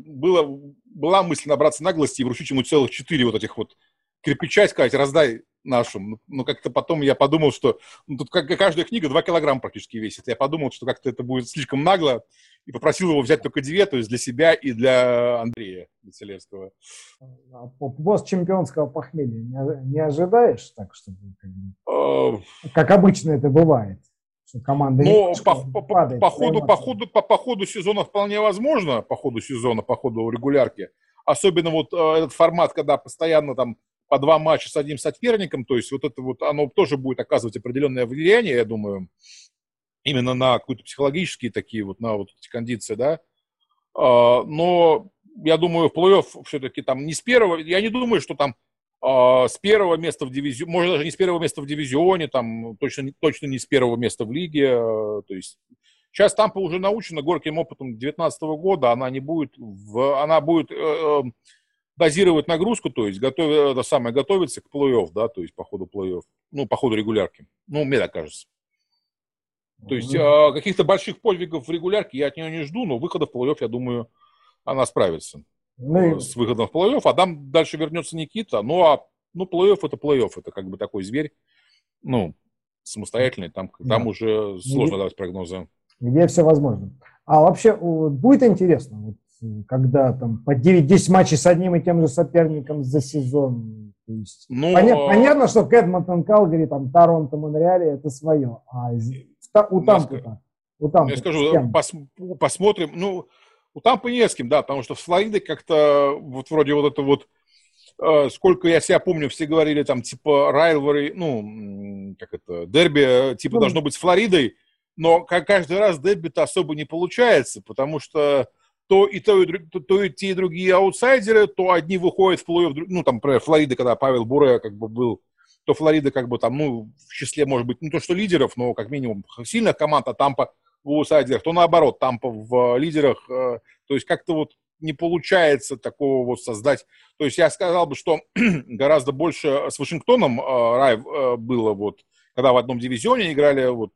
была мысль набраться наглости и вручить ему целых 4 вот этих вот кирпича, сказать, раздай нашим. Но как-то потом я подумал, что тут каждая книга 2 килограмма практически весит. Я подумал, что как-то это будет слишком нагло, и попросил его взять только 2, то есть для себя и для Андрея Василевского. Пост чемпионского похмелья не ожидаешь так, чтобы как обычно это бывает? Команда по ходу сезона вполне возможно, по ходу регулярки. Особенно вот этот формат, когда постоянно там по 2 матча с одним соперником, то есть вот это вот, оно тоже будет оказывать определенное влияние, я думаю, именно на какие-то психологические такие вот, на вот эти кондиции, да. Но я думаю, в плей-офф все-таки там не с первого, я не думаю, что там с первого места в дивизионе, может, даже не с первого места в дивизионе, там точно не с первого места в лиге. То есть сейчас Тампа уже научена горьким опытом 2019 года, она будет дозировать нагрузку, то есть готовиться к плей-офф, да, то есть по ходу плей-офф, ну, по ходу регулярки. Ну, мне так кажется. То есть каких-то больших подвигов в регулярке я от нее не жду, но выхода в плей-офф, я думаю, она справится. С выходом в плей-офф, а там дальше вернется Никита. Плей-офф это плей-офф, это как бы такой зверь, ну, самостоятельный, там уже сложно давать прогнозы. Где все возможно. А вообще будет интересно, вот, когда там по 9-10 матчей с одним и тем же соперником за сезон, То есть Ну, понятно, что к Эдмонтон, Калгари, там, Торонто, Монреале это свое. А у Тампы-то? У я Тампы с скажу, кем? посмотрим. Ну, у Тампы не с кем, да, потому что в Флориде как-то вот вроде вот это вот, сколько я себя помню, все говорили там типа rivalry, ну, как это, дерби, типа Ну, должно быть с Флоридой, но каждый раз дерби-то особо не получается, потому что то и те, и другие аутсайдеры, то одни выходят в плей-офф, ну, там, например, Флорида, когда Павел Буре как бы был, то Флорида как бы там, ну, в числе, может быть, не то что лидеров, но как минимум сильных команд, а Тампа в аутсайдерах, то наоборот, Тампа в лидерах, то есть как-то вот не получается такого вот создать. То есть я сказал бы, что гораздо больше с Вашингтоном было вот, когда в одном дивизионе играли вот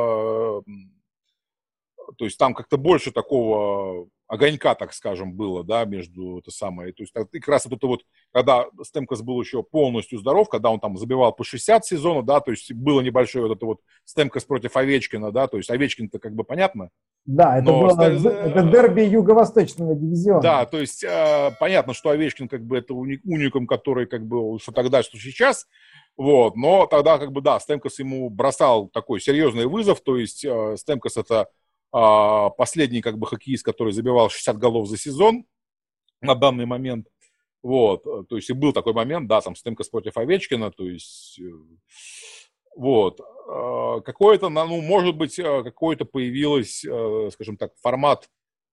то есть там как-то больше такого огонька, так скажем, было, да, между это самое. То есть и как раз вот это вот, когда Стемкос был еще полностью здоров, когда он там забивал по 60 сезона, да, то есть было небольшое вот это вот Стемкос против Овечкина, да, то есть Овечкин-то как бы понятно, да, это но было это дерби юго-восточного дивизиона. да, то есть понятно, что Овечкин как бы это уникум, который как бы что тогда, что сейчас, вот, но тогда как бы да, Стемкос ему бросал такой серьезный вызов, то есть Стемкос это последний как бы хоккеист, который забивал 60 голов за сезон на данный момент, вот, то есть и был такой момент, да, там Стемкос против Овечкина, то есть вот, какое-то, ну, может быть, какой-то появилось, скажем так, формат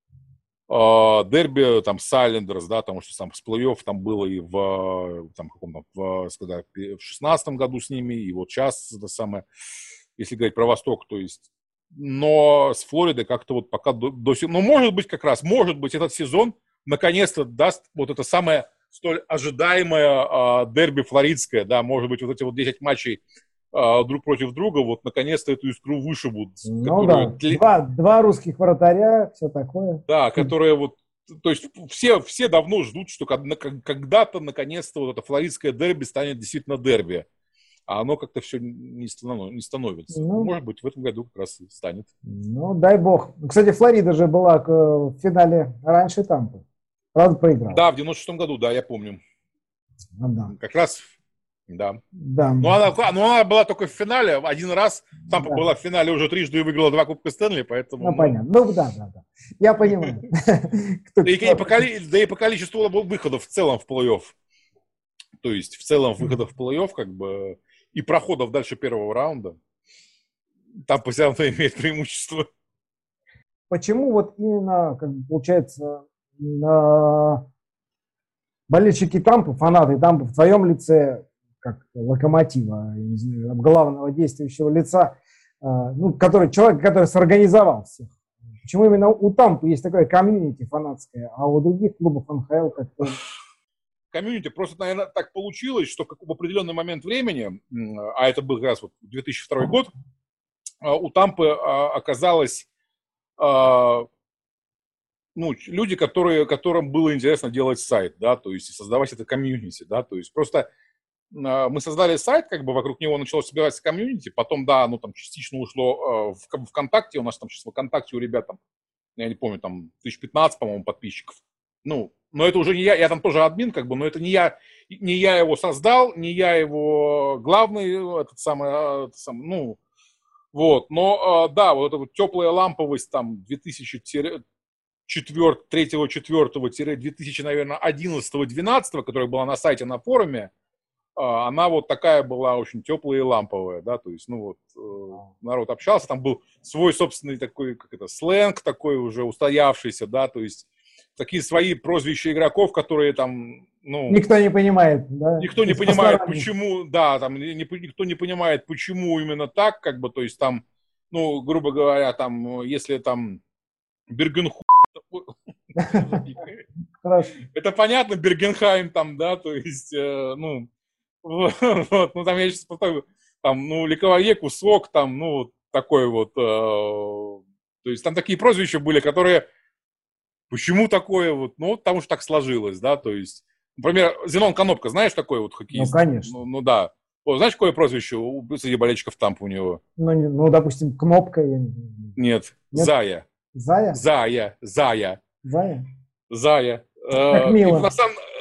дерби, там, с Айлендерс, да, потому что там с плей-офф там было и там, в 16-м году с ними, и вот сейчас, это самое, если говорить про Восток, то есть, но с Флоридой как-то вот пока до сих... Ну, может быть, как раз, может быть, этот сезон наконец-то даст вот это самое столь ожидаемое дерби флоридское, да, может быть, вот эти вот 10 матчей друг против друга, вот наконец-то эту искру вышибут, Ну которую... да, два русских вратаря, все такое. Да, которые вот, то есть все давно ждут, что когда-то наконец-то вот это флоридское дерби станет действительно дерби, а оно как-то все не становится. Ну, Может быть, в этом году как раз и станет. ну, дай бог. Кстати, Флорида же была в финале раньше Тампы. Правда, проиграла. Да, в 96-м году, да, я помню. Ну, да. Как раз, да. Да. Но она была только в финале один раз. Тампа Да. была в финале уже трижды и выиграла 2 Кубка Стэнли, поэтому... Ну, понятно. Ну, да. Я понимаю. Да и по количеству выходов в целом в плей-офф. То есть в целом выходов в плей-офф как бы и проходов дальше первого раунда. Тампа все равно имеет преимущество. Почему вот именно, как бы, получается, болельщики Тампы, фанаты Тампы в твоем лице, как локомотива, я не знаю, главного действующего лица, ну, человек, который сорганизовал всех. Почему именно у Тампы есть такое комьюнити фанатское, а у других клубов НХЛ как-то... Комьюнити просто, наверное, так получилось, что в определенный момент времени, а это был как раз вот 2002 год, у Тампы оказалось ну, люди, которым было интересно делать сайт, да, то есть создавать это комьюнити, да, то есть просто мы создали сайт, как бы вокруг него началось собираться комьюнити, потом, да, оно там частично ушло в ВКонтакте, у нас там сейчас в ВКонтакте у ребят там, я не помню, там 1015, по-моему, подписчиков, ну, но это уже не я там тоже админ, как бы, но это не я его создал, не я его главный, ну, вот, но, да, вот эта вот теплая ламповость там 2003-2004-2000, наверное, 11-12, которая была на сайте, на форуме, она вот такая была очень теплая и ламповая, да, то есть, ну вот, народ общался, там был свой собственный такой, как это, сленг такой уже устоявшийся, да, то есть такие свои прозвища игроков, которые там, ну... Никто не понимает, да? Никто не понимает, почему, да, там, никто не понимает, почему именно так, как бы, то есть там, ну, грубо говоря, там, если там Бергенху... Это понятно, Бергенхайм там, да, то есть, ну, вот, ну, там я сейчас там, ну, Ликовое, Кусок, там, ну, такой вот, то есть там такие прозвища были, которые, почему такое вот, ну, потому что так сложилось, да, то есть, например, Зенон Конопка, знаешь, такой вот хоккеист? Ну, конечно. Ну да. Вот, знаешь, какое прозвище среди болельщиков Тампа у него? Ну, допустим, Кнопка. Нет, Зая. Зая? Зая. Зая? Зая. Как мило. На самом...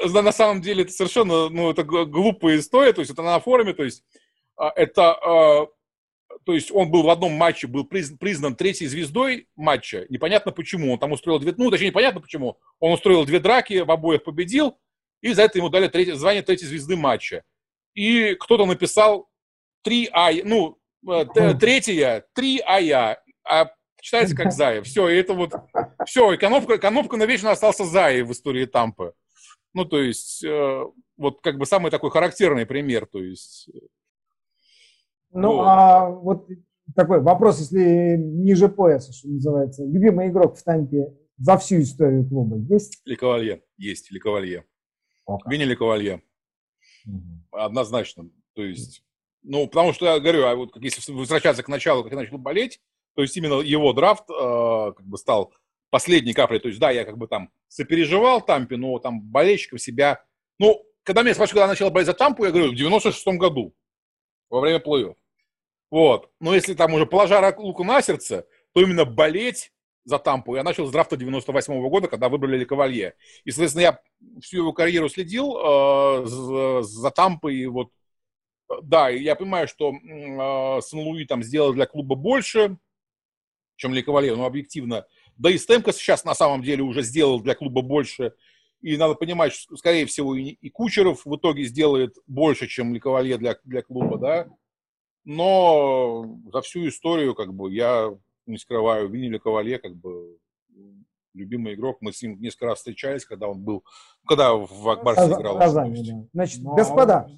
на самом деле это совершенно, ну, это глупая история, то есть это на форуме, то есть это, то есть он был в одном матче, был признан третьей звездой матча, непонятно почему, он там устроил ну, точнее, непонятно почему, он устроил 2 драки, в обоих победил, и за это ему дали звание третьей звезды матча. И кто-то написал 3А, ну, третья, 3А, а читается как Зая. Все, и это вот, все, и Конопка навечно остался Заей в истории Тампы. Ну, то есть, вот как бы самый такой характерный пример, то есть... Ну, вот. а вот такой вопрос, если ниже пояса, что называется. Любимый игрок в Тампе за всю историю клуба есть? Лекавалье. Есть Лекавалье. Винни Лекавалье. Однозначно. То есть, ну, потому что я говорю, а вот если возвращаться к началу, как я начал болеть, то есть именно его драфт как бы стал последней каплей. То есть, да, я как бы там сопереживал Тампе, но там болельщиком себя... Ну, когда меня спрашивают, когда я начал болеть за Тампу, я говорю, в 96-м году, во время плей-офф. Вот. Но если там уже положа руку на сердце, то именно болеть за Тампу я начал с драфта 98-го года, когда выбрали Лекавалье. И, соответственно, я всю его карьеру следил за Тампой. И вот, да, и я понимаю, что Сан-Луи там сделал для клуба больше, чем Лекавалье, но объективно. Да и Стемкос сейчас на самом деле уже сделал для клуба больше. И надо понимать, что, скорее всего, и Кучеров в итоге сделает больше, чем Лекавалье для клуба, да. Но за всю историю, как бы, я не скрываю, Винни Лекавалье, как бы, любимый игрок. Мы с ним несколько раз встречались, когда он был, когда в Акбарсе играл. Да. Значит, господа,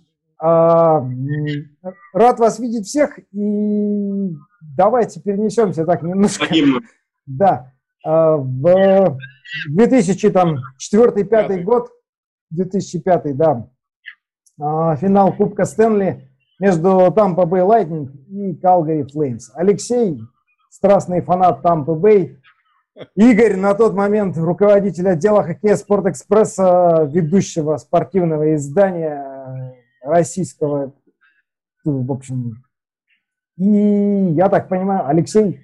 рад вас видеть всех, и давайте перенесемся так немножко. Да, в 2004-2005 год, 2005, да, финал Кубка Стэнли между Тампа Бэй Лайтнинг и Калгари Флеймс. Алексей, страстный фанат Тампа Бэй. Игорь, на тот момент руководитель отдела хоккея Спортэкспресса, ведущего спортивного издания российского, в общем. И я так понимаю, Алексей,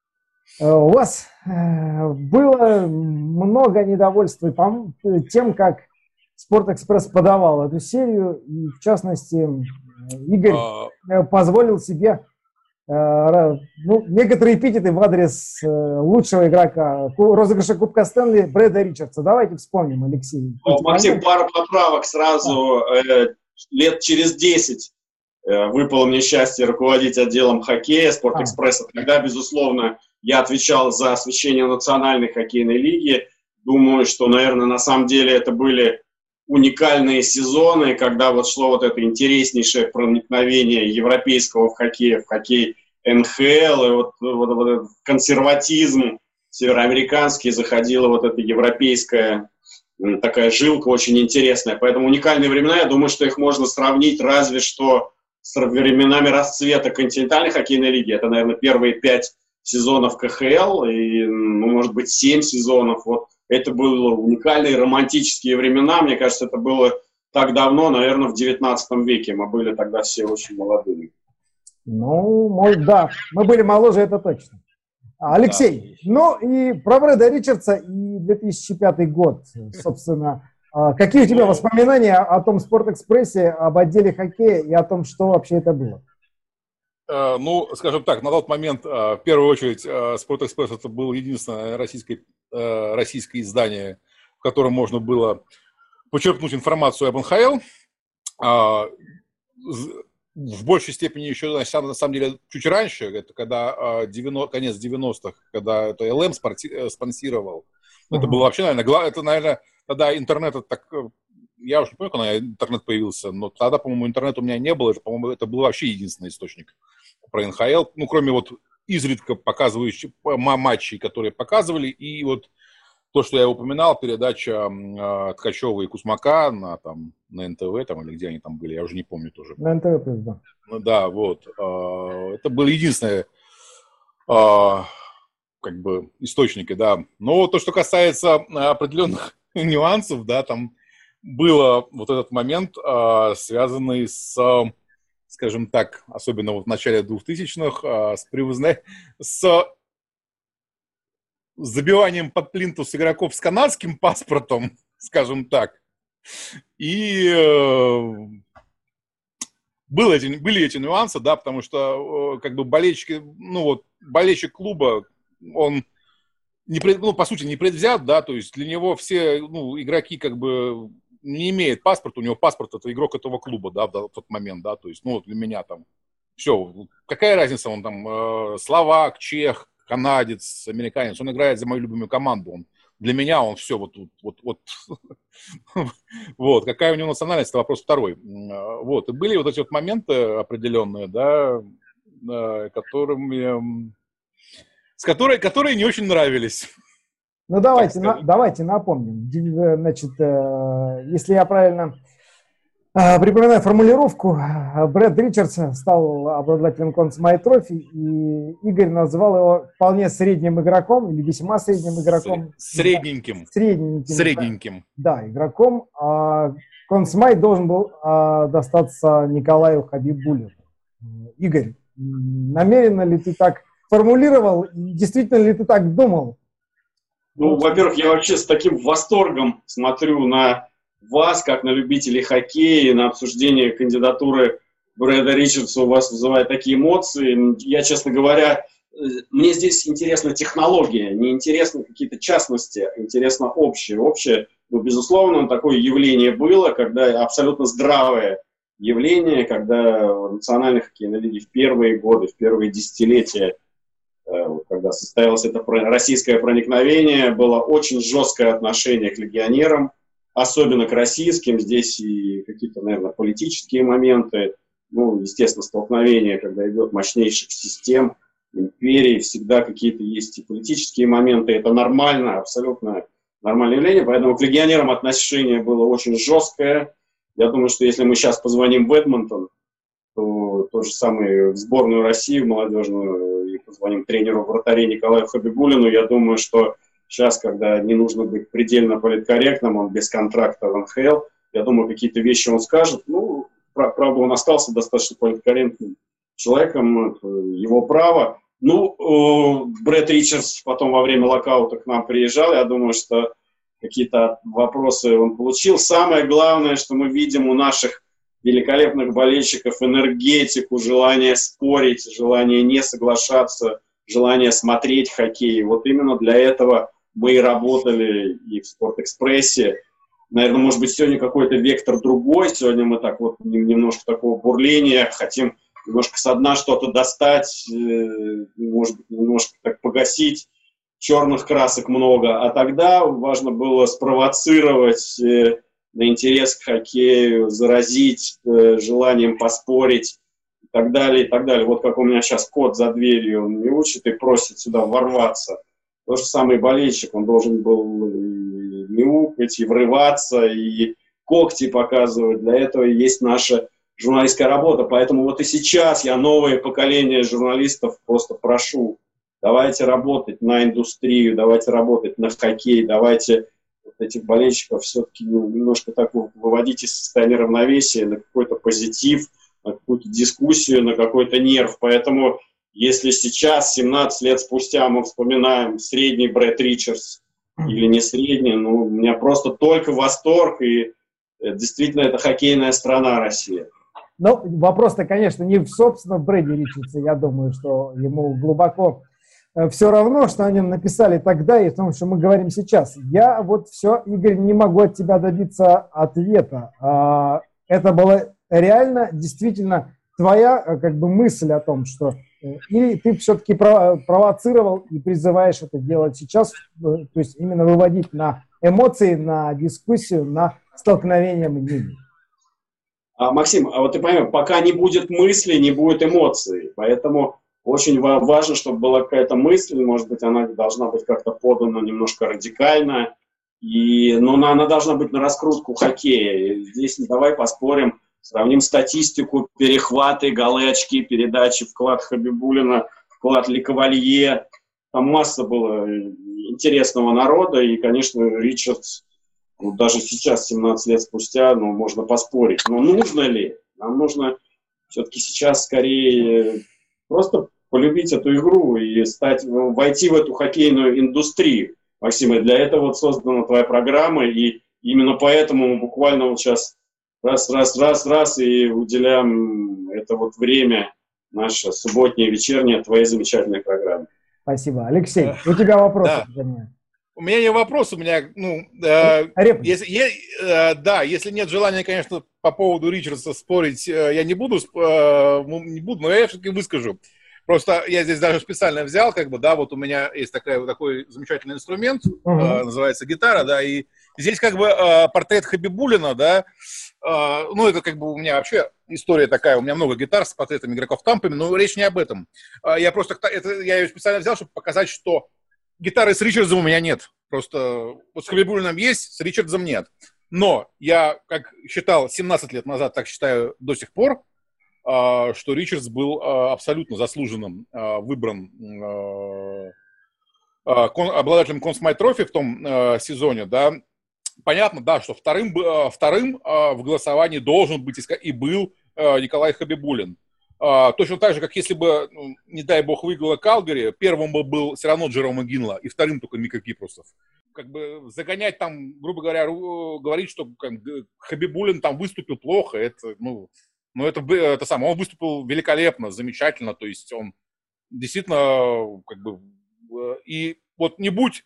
у вас было много недовольства тем, как Спортэкспресс подавал эту серию, и в частности Игорь позволил себе некоторые эпитеты в адрес лучшего игрока розыгрыша Кубка Стэнли Брэда Ричардса. Давайте вспомним, Алексей. Максим, пару поправок сразу. Лет через 10 выпало мне счастье руководить отделом хоккея Спортэкспресса. Тогда, безусловно, я отвечал за освещение Национальной хоккейной лиги. Думаю, что, наверное, на самом деле это были уникальные сезоны, когда вот шло вот это интереснейшее проникновение европейского в хоккей НХЛ, и вот этот консерватизм североамериканский, заходила вот эта европейская такая жилка очень интересная. Поэтому уникальные времена, я думаю, что их можно сравнить разве что с временами расцвета континентальной хоккейной лиги. Это, наверное, первые 5 сезонов КХЛ и, может быть, 7 сезонов. Вот это были уникальные романтические времена. Мне кажется, это было так давно, наверное, в 19 веке. Мы были тогда все очень молодыми. Ну, да, мы были моложе, это точно. Алексей, да. Ну и про Брэда Ричардса и 2005 год, собственно. Какие у тебя воспоминания о том Спортэкспрессе, об отделе хоккея и о том, что вообще это было? Ну, скажем так, на тот момент, в первую очередь, Спортэкспресс это было единственное российское издание, в котором можно было почерпнуть информацию об НХЛ. В большей степени еще, на самом деле, чуть раньше, это когда конец 90-х, когда это ЛМ спонсировал. Это было вообще, наверное, тогда интернет, я уже не помню, когда интернет появился, но тогда, по-моему, интернета у меня не было. По-моему, это был вообще единственный источник про НХЛ. Ну, кроме вот изредка показывающих матчей, которые показывали, и вот то, что я упоминал, передача Ткачева и Кузьмака на НТВ, там, или где они там были, я уже не помню тоже. На НТВ, да. Да, вот. Это были единственные как бы источники, да. Но то, что касается определенных нюансов, да, там было вот этот момент, связанный с, скажем так, особенно вот в начале 2000-х, с забиванием под плинтус игроков с канадским паспортом, скажем так. И были эти нюансы, да, потому что как бы болельщики, ну вот болельщик клуба, он по сути не предвзят, да, то есть для него все, ну, игроки как бы не имеют паспорта, у него паспорт это игрок этого клуба, да, в тот момент, да, то есть, ну, вот для меня там все, какая разница, он там словак, чех, канадец, американец, он играет за мою любимую команду, для меня он все вот вот, какая у него национальность, это вопрос второй. Вот, и были вот эти вот моменты определенные, да, которые не очень нравились. Ну, давайте напомним. Значит, если я правильно припоминаю формулировку, Брэд Ричардс стал обладателем Conn Smythe Trophy, и Игорь назвал его вполне средним игроком или весьма средним игроком. Средненьким. Да, игроком. А Conn Smythe должен был достаться Николаю Хабибуллину. Игорь, намеренно ли ты так формулировал? Действительно ли ты так думал? Ну, во-первых, я вообще с таким восторгом смотрю на вас, как на любителей хоккея, на обсуждение кандидатуры Брэда Ричардса. У вас вызывает такие эмоции. Я, честно говоря, мне здесь интересна технология, не интересны какие-то частности, интересно общее. Общее, ну, безусловно, такое явление было, когда абсолютно здравое явление, когда в национальной хоккейной лиге в первые годы, в первые десятилетия, когда состоялось это российское проникновение, было очень жесткое отношение к легионерам, особенно к российским. Здесь и какие-то, наверное, политические моменты, ну, естественно, столкновения, когда идет мощнейших систем, империй, всегда какие-то есть и политические моменты. Это нормально, абсолютно нормальное явление, поэтому к легионерам отношение было очень жесткое. Я думаю, что если мы сейчас позвоним в Эдмонтон, то тот же самый в сборную России, в молодежную, и позвоним тренеру вратарей Николаю Хабибуллину, я думаю, что сейчас, когда не нужно быть предельно политкорректным, он без контракта в НХЛ, я думаю, какие-то вещи он скажет. Ну, правда, он остался достаточно политкорректным человеком, его право. Ну, Брэд Ричардс потом во время локаута к нам приезжал, я думаю, что какие-то вопросы он получил. Самое главное, что мы видим у наших великолепных болельщиков, энергетику, желание спорить, желание не соглашаться, желание смотреть хоккей. Вот именно для этого мы и работали и в Спортэкспрессе. Наверное, может быть, сегодня какой-то вектор другой. Сегодня мы так вот немножко такого бурления, хотим немножко со дна что-то достать, может быть, немножко так погасить. Черных красок много. А тогда важно было спровоцировать на интерес к хоккею, заразить желанием поспорить и так далее, и так далее. Вот как у меня сейчас кот за дверью, он мяучит и просит сюда ворваться. То же самое болельщик, он должен был и мяукать, и врываться, и когти показывать. Для этого и есть наша журналистская работа. Поэтому вот и сейчас я новое поколение журналистов просто прошу, давайте работать на индустрию, давайте работать на хоккей, давайте этих болельщиков все-таки немножко так выводить из состояния равновесия на какой-то позитив, на какую-то дискуссию, на какой-то нерв. Поэтому, если сейчас, 17 лет спустя, мы вспоминаем средний Брэд Ричардс или не средний, ну, у меня просто только восторг, и действительно это хоккейная страна Россия. Ну, вопрос-то, конечно, не в собственном Брэде Ричардсе, я думаю, что ему глубоко все равно, что о нем написали тогда и в том, что мы говорим сейчас. Я вот все, Игорь, не могу от тебя добиться ответа. Это было реально, действительно, твоя как бы мысль о том, что или ты все-таки провоцировал и призываешь это делать сейчас, то есть именно выводить на эмоции, на дискуссию, на столкновение мнений. Максим, а вот ты понимаешь, пока не будет мысли, не будет эмоций, поэтому очень важно, чтобы была какая-то мысль, может быть, она должна быть как-то подана немножко радикально, но она должна быть на раскрутку хоккея. И здесь давай поспорим, сравним статистику, перехваты, голы, очки, передачи, вклад Хабибуллина, вклад Лекавалье. Там масса было интересного народа, и, конечно, Ричардс, ну, даже сейчас, 17 лет спустя, ну, можно поспорить. Но нужно ли? Нам нужно все-таки сейчас скорее просто полюбить эту игру и войти в эту хоккейную индустрию. Максим, и для этого вот создана твоя программа, и Именно поэтому мы буквально вот сейчас раз и уделяем это вот время, наше субботнее, вечернее, твоей замечательной программе. Спасибо. Алексей, у тебя вопросы? Да. У меня не вопрос, у меня, если нет желания, конечно, по поводу Ричардса спорить, я не буду, но я все-таки выскажу. Просто я здесь даже специально взял, вот у меня есть такой замечательный инструмент, называется гитара, да, и здесь портрет Хабибуллина, да, это у меня вообще история такая, у меня много гитар с портретами игроков Тампами, но речь не об этом. Я ее специально взял, чтобы показать, что гитары с Ричардсом у меня нет. Просто вот с Хабибуллиным есть, с Ричардсом нет. Но я, как считал 17 лет назад, так считаю до сих пор, что Ричардс был абсолютно заслуженным выбран обладателем Conn Smythe Trophy в том сезоне, да. Понятно, да, что вторым в голосовании должен быть и был Николай Хабибуллин. Точно так же, как если бы, не дай бог, выиграла Калгари, первым бы был все равно Джерома Гинла, и вторым только Мика Кипросов. Загонять там, грубо говоря, говорить, что Хабибуллин там выступил плохо, это самое, он выступил великолепно, замечательно, то есть он действительно, и вот не будь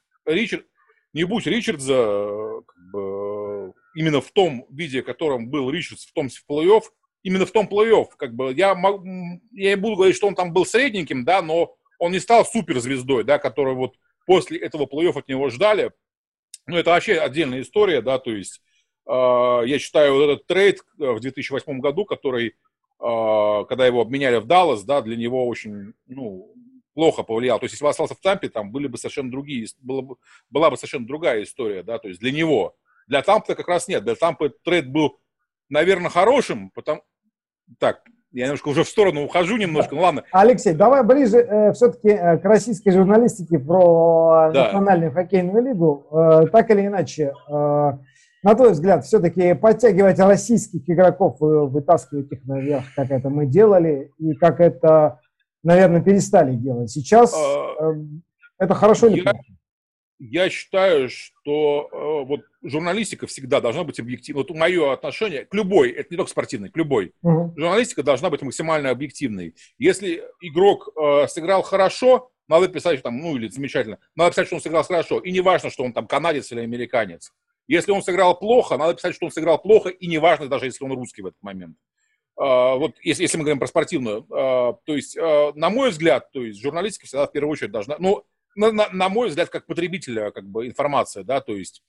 Ричардса, именно в том виде, в котором был Ричардс в плей-офф, именно в том плей-офф, я не буду говорить, что он там был средненьким, да, но он не стал суперзвездой, да, которую вот после этого плей-офф от него ждали. Это вообще отдельная история, да, то есть я считаю, вот этот трейд в 2008 году, который, когда его обменяли в Даллас, да, для него очень, плохо повлиял. То есть, если бы остался в Тампе, там была бы совершенно другая история, да, то есть для него. Для Тампы как раз нет. Для Тампы трейд был, наверное, хорошим, Так, я немножко уже в сторону ухожу немножко, ладно. Алексей, давай ближе все-таки к российской журналистике про Национальную хоккейную лигу. Так или иначе, на твой взгляд, все-таки подтягивать российских игроков, вытаскивать их наверх, как это мы делали, и как это, наверное, перестали делать. Сейчас это хорошо или плохо? Я считаю, что вот журналистика всегда должна быть объективной. Вот мое отношение к любой, это не только спортивной, к любой. Журналистика должна быть максимально объективной. Если игрок сыграл хорошо, надо писать или замечательно, надо писать, что он сыграл хорошо. И не важно, что он там канадец или американец. Если он сыграл плохо, надо писать, что он сыграл плохо, и не важно, даже если он русский в этот момент. Вот если мы говорим про спортивную. То есть, на мой взгляд, то есть журналистика всегда в первую очередь должна... На мой взгляд, как потребителя, информация, да, то есть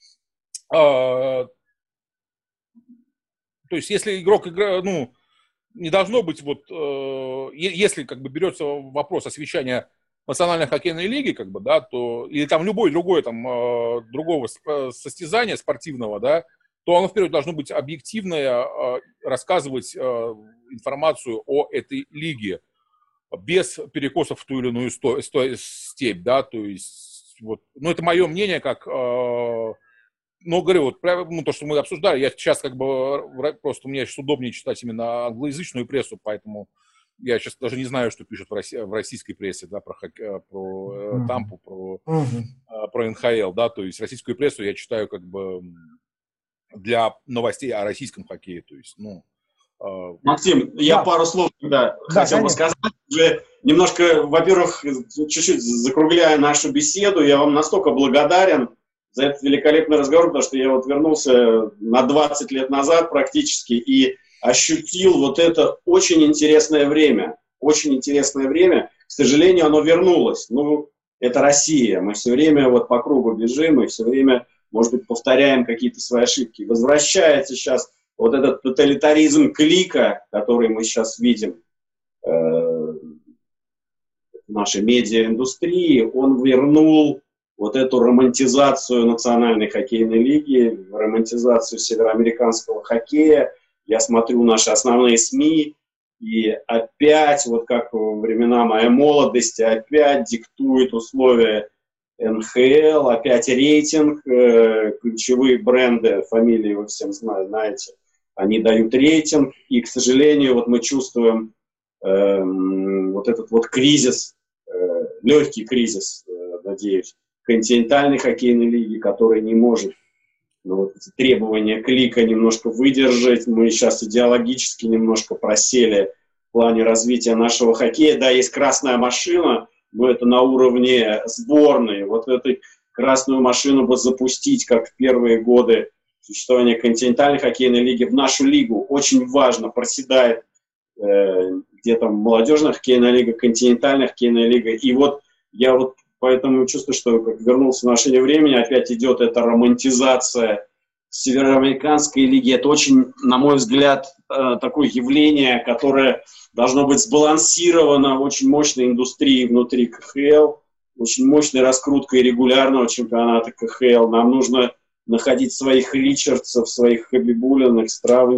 если игрок не должно быть если берется вопрос освещания Национальной хоккейной лиги, то или там любой другой другого состязания спортивного, да, то оно вперед должно быть объективное, рассказывать информацию о этой лиге без перекосов в ту или иную степь, да, то есть, это мое мнение, говорю, то, что мы обсуждали, я сейчас просто мне сейчас удобнее читать именно англоязычную прессу, поэтому я сейчас даже не знаю, что пишут в российской прессе, да, про Тампу, про НХЛ, да, то есть российскую прессу я читаю для новостей о российском хоккее, то есть, Максим, я пару слов хотел бы сказать. Уже немножко, во-первых, чуть-чуть закругляя нашу беседу, я вам настолько благодарен за этот великолепный разговор, потому что я вернулся на 20 лет назад практически и ощутил вот это очень интересное время. Очень интересное время. К сожалению, оно вернулось. Это Россия. Мы все время по кругу бежим, и все время, может быть, повторяем какие-то свои ошибки. Возвращается сейчас вот этот тоталитаризм клика, который мы сейчас видим в нашей медиаиндустрии, он вернул вот эту романтизацию Национальной хоккейной лиги, романтизацию североамериканского хоккея. Я смотрю наши основные СМИ, и опять, как во времена моей молодости, опять диктует условия НХЛ, опять рейтинг, ключевые бренды, фамилии вы всем знаете, они дают рейтинг, и, к сожалению, мы чувствуем этот кризис, легкий кризис, надеюсь, континентальной хоккейной лиги, который не может но вот эти требования клика немножко выдержать. Мы сейчас идеологически немножко просели в плане развития нашего хоккея. Да, есть красная машина, но это на уровне сборной. Вот эту красную машину бы запустить, как в первые годы существования континентальной хоккейной лиги, в нашу лигу. Очень важно, проседает где-то молодежная хоккейная лига, континентальная хоккейная лига. И вот я вот поэтому чувствую, что как вернулся в машине времени, опять идет эта романтизация североамериканской лиги. Это очень, на мой взгляд, такое явление, которое должно быть сбалансировано очень мощной индустрией внутри КХЛ, очень мощной раскруткой регулярного чемпионата КХЛ. Нам нужно находить своих Ричардсов, своих Хабибулиных,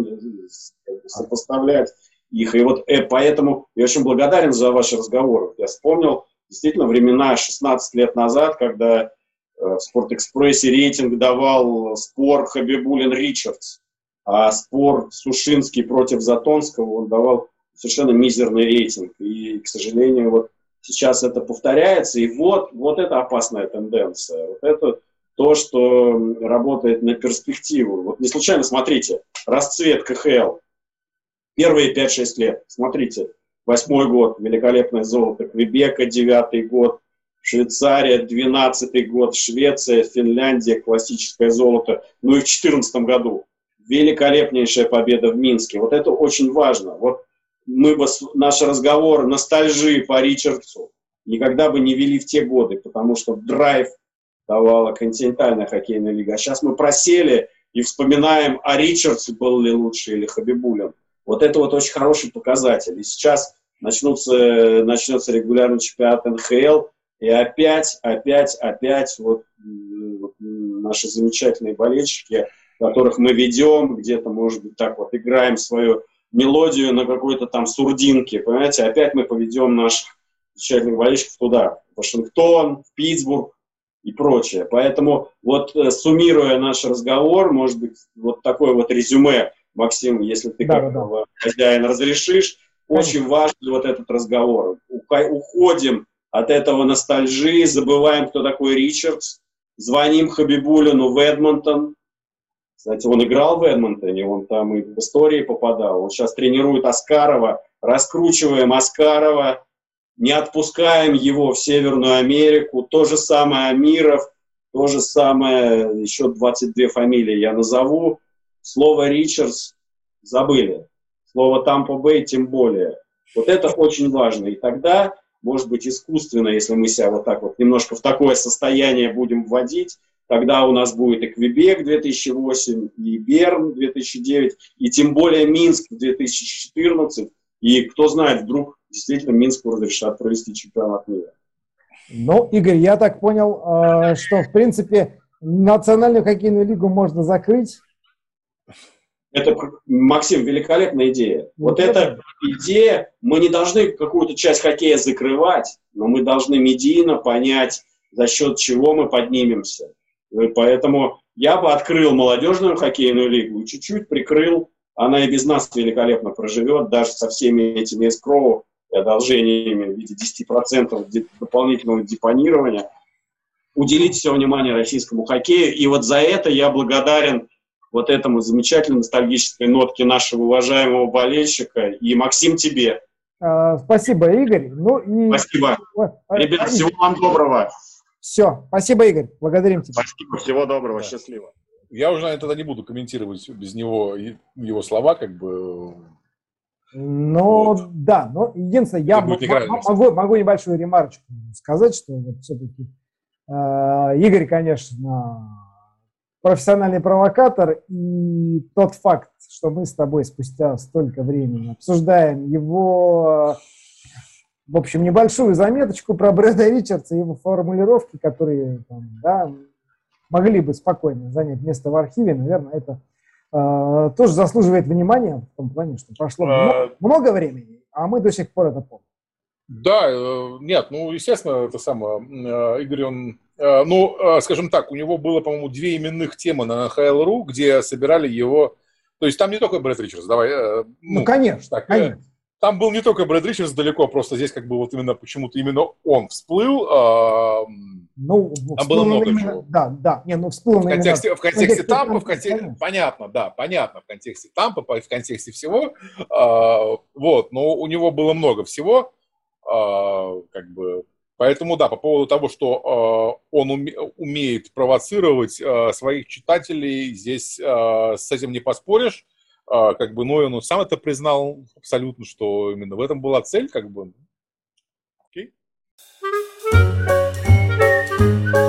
сопоставлять их. И вот поэтому я очень благодарен за ваши разговоры. Я вспомнил действительно времена 16 лет назад, когда в Спортэкспрессе рейтинг давал спор Хабибулин-Ричардс, а спор Сушинский против Затонского он давал совершенно мизерный рейтинг. И, к сожалению, вот сейчас это повторяется, и вот это опасная тенденция. Вот это то, что работает на перспективу. Вот не случайно, смотрите, расцвет КХЛ. Первые 5-6 лет. Смотрите, 8-й год, великолепное золото Квебека, 9-й год, Швейцария, 12-й год, Швеция, Финляндия, классическое золото. Ну и в 2014 году великолепнейшая победа в Минске. Вот это очень важно. Вот мы бы наш разговор ностальжи по Ричардсу никогда бы не вели в те годы, потому что драйв давала континентальная хоккейная лига. А сейчас мы просели и вспоминаем, а Ричардс был ли лучше или Хабибулин. Вот это вот очень хороший показатель. И сейчас начнется регулярный чемпионат НХЛ, и опять вот наши замечательные болельщики, которых мы ведем, где-то, может быть, так вот играем свою мелодию на какой-то там сурдинке, понимаете, опять мы поведем наших замечательных болельщиков туда, в Вашингтон, в Питтсбург и прочее. Поэтому вот суммируя наш разговор, может быть, вот такое вот резюме, Максим, если ты как хозяин разрешишь, очень важный вот этот разговор. Уходим от этого ностальжи, забываем, кто такой Ричардс, звоним Хабибулину в Эдмонтон. Кстати, он играл в Эдмонтоне, он там и в истории попадал. Он сейчас тренирует Аскарова, раскручиваем Аскарова, не отпускаем его в Северную Америку. То же самое Амиров, то же самое, еще 22 фамилии я назову. Слово Ричардс забыли. Слово Тампа-Бэй тем более. Вот это очень важно. И тогда, может быть, искусственно, если мы себя вот так вот немножко в такое состояние будем вводить, тогда у нас будет и Квебек 2008, и Берн 2009, и тем более Минск 2014. И кто знает, вдруг действительно Минску разрешат провести чемпионат мира. Ну, Игорь, я так понял, что, в принципе, национальную хоккейную лигу можно закрыть. Это, Максим, великолепная идея. Вот эта идея, мы не должны какую-то часть хоккея закрывать, но мы должны медийно понять, за счет чего мы поднимемся. И поэтому я бы открыл молодежную хоккейную лигу и чуть-чуть прикрыл. Она и без нас великолепно проживет, даже со всеми этими эскроу и одолжениями в виде 10% дополнительного депонирования. Уделить все внимание российскому хоккею. И вот за это я благодарен вот этому замечательной ностальгической нотке нашего уважаемого болельщика. И, Максим, тебе. Спасибо, Игорь. Ну, и... Спасибо. Ребят, всего вам доброго. Все. Спасибо, Игорь. Благодарим тебя. Спасибо. Всего доброго. Да. Счастливо. Я уже, наверное, тогда не буду комментировать без него его слова, как бы. Ну, вот. Да. Но единственное, я могу небольшую ремарочку сказать, что вот все-таки Игорь, конечно, профессиональный провокатор, и тот факт, что мы с тобой спустя столько времени обсуждаем его, в общем, небольшую заметочку про Брэда Ричардса и его формулировки, которые там, да, могли бы спокойно занять место в архиве, наверное, это тоже заслуживает внимания в том плане, что прошло много времени, а мы до сих пор это помним. Да, нет, ну, естественно, это самое, Игорь, он, ну, скажем так, у него было, по-моему, 2 именных темы на NHL.ru, где собирали его, то есть там не только Брэд Ричардс, давай. Ну, конечно, так, конечно. Там был не только Брэд Ричардс далеко, просто здесь как бы вот именно почему-то именно он всплыл. Ну, Там было много чего. Да, да. Не, ну, всплыло В контексте Тампа, понятно, да, понятно, в контексте Тампа, в контексте всего. Вот, но у него было много всего. Как бы, поэтому, да, по поводу того, что он умеет провоцировать своих читателей, здесь с этим не поспоришь. Как бы, но он сам это признал абсолютно, что именно в этом была цель, как бы. Окей.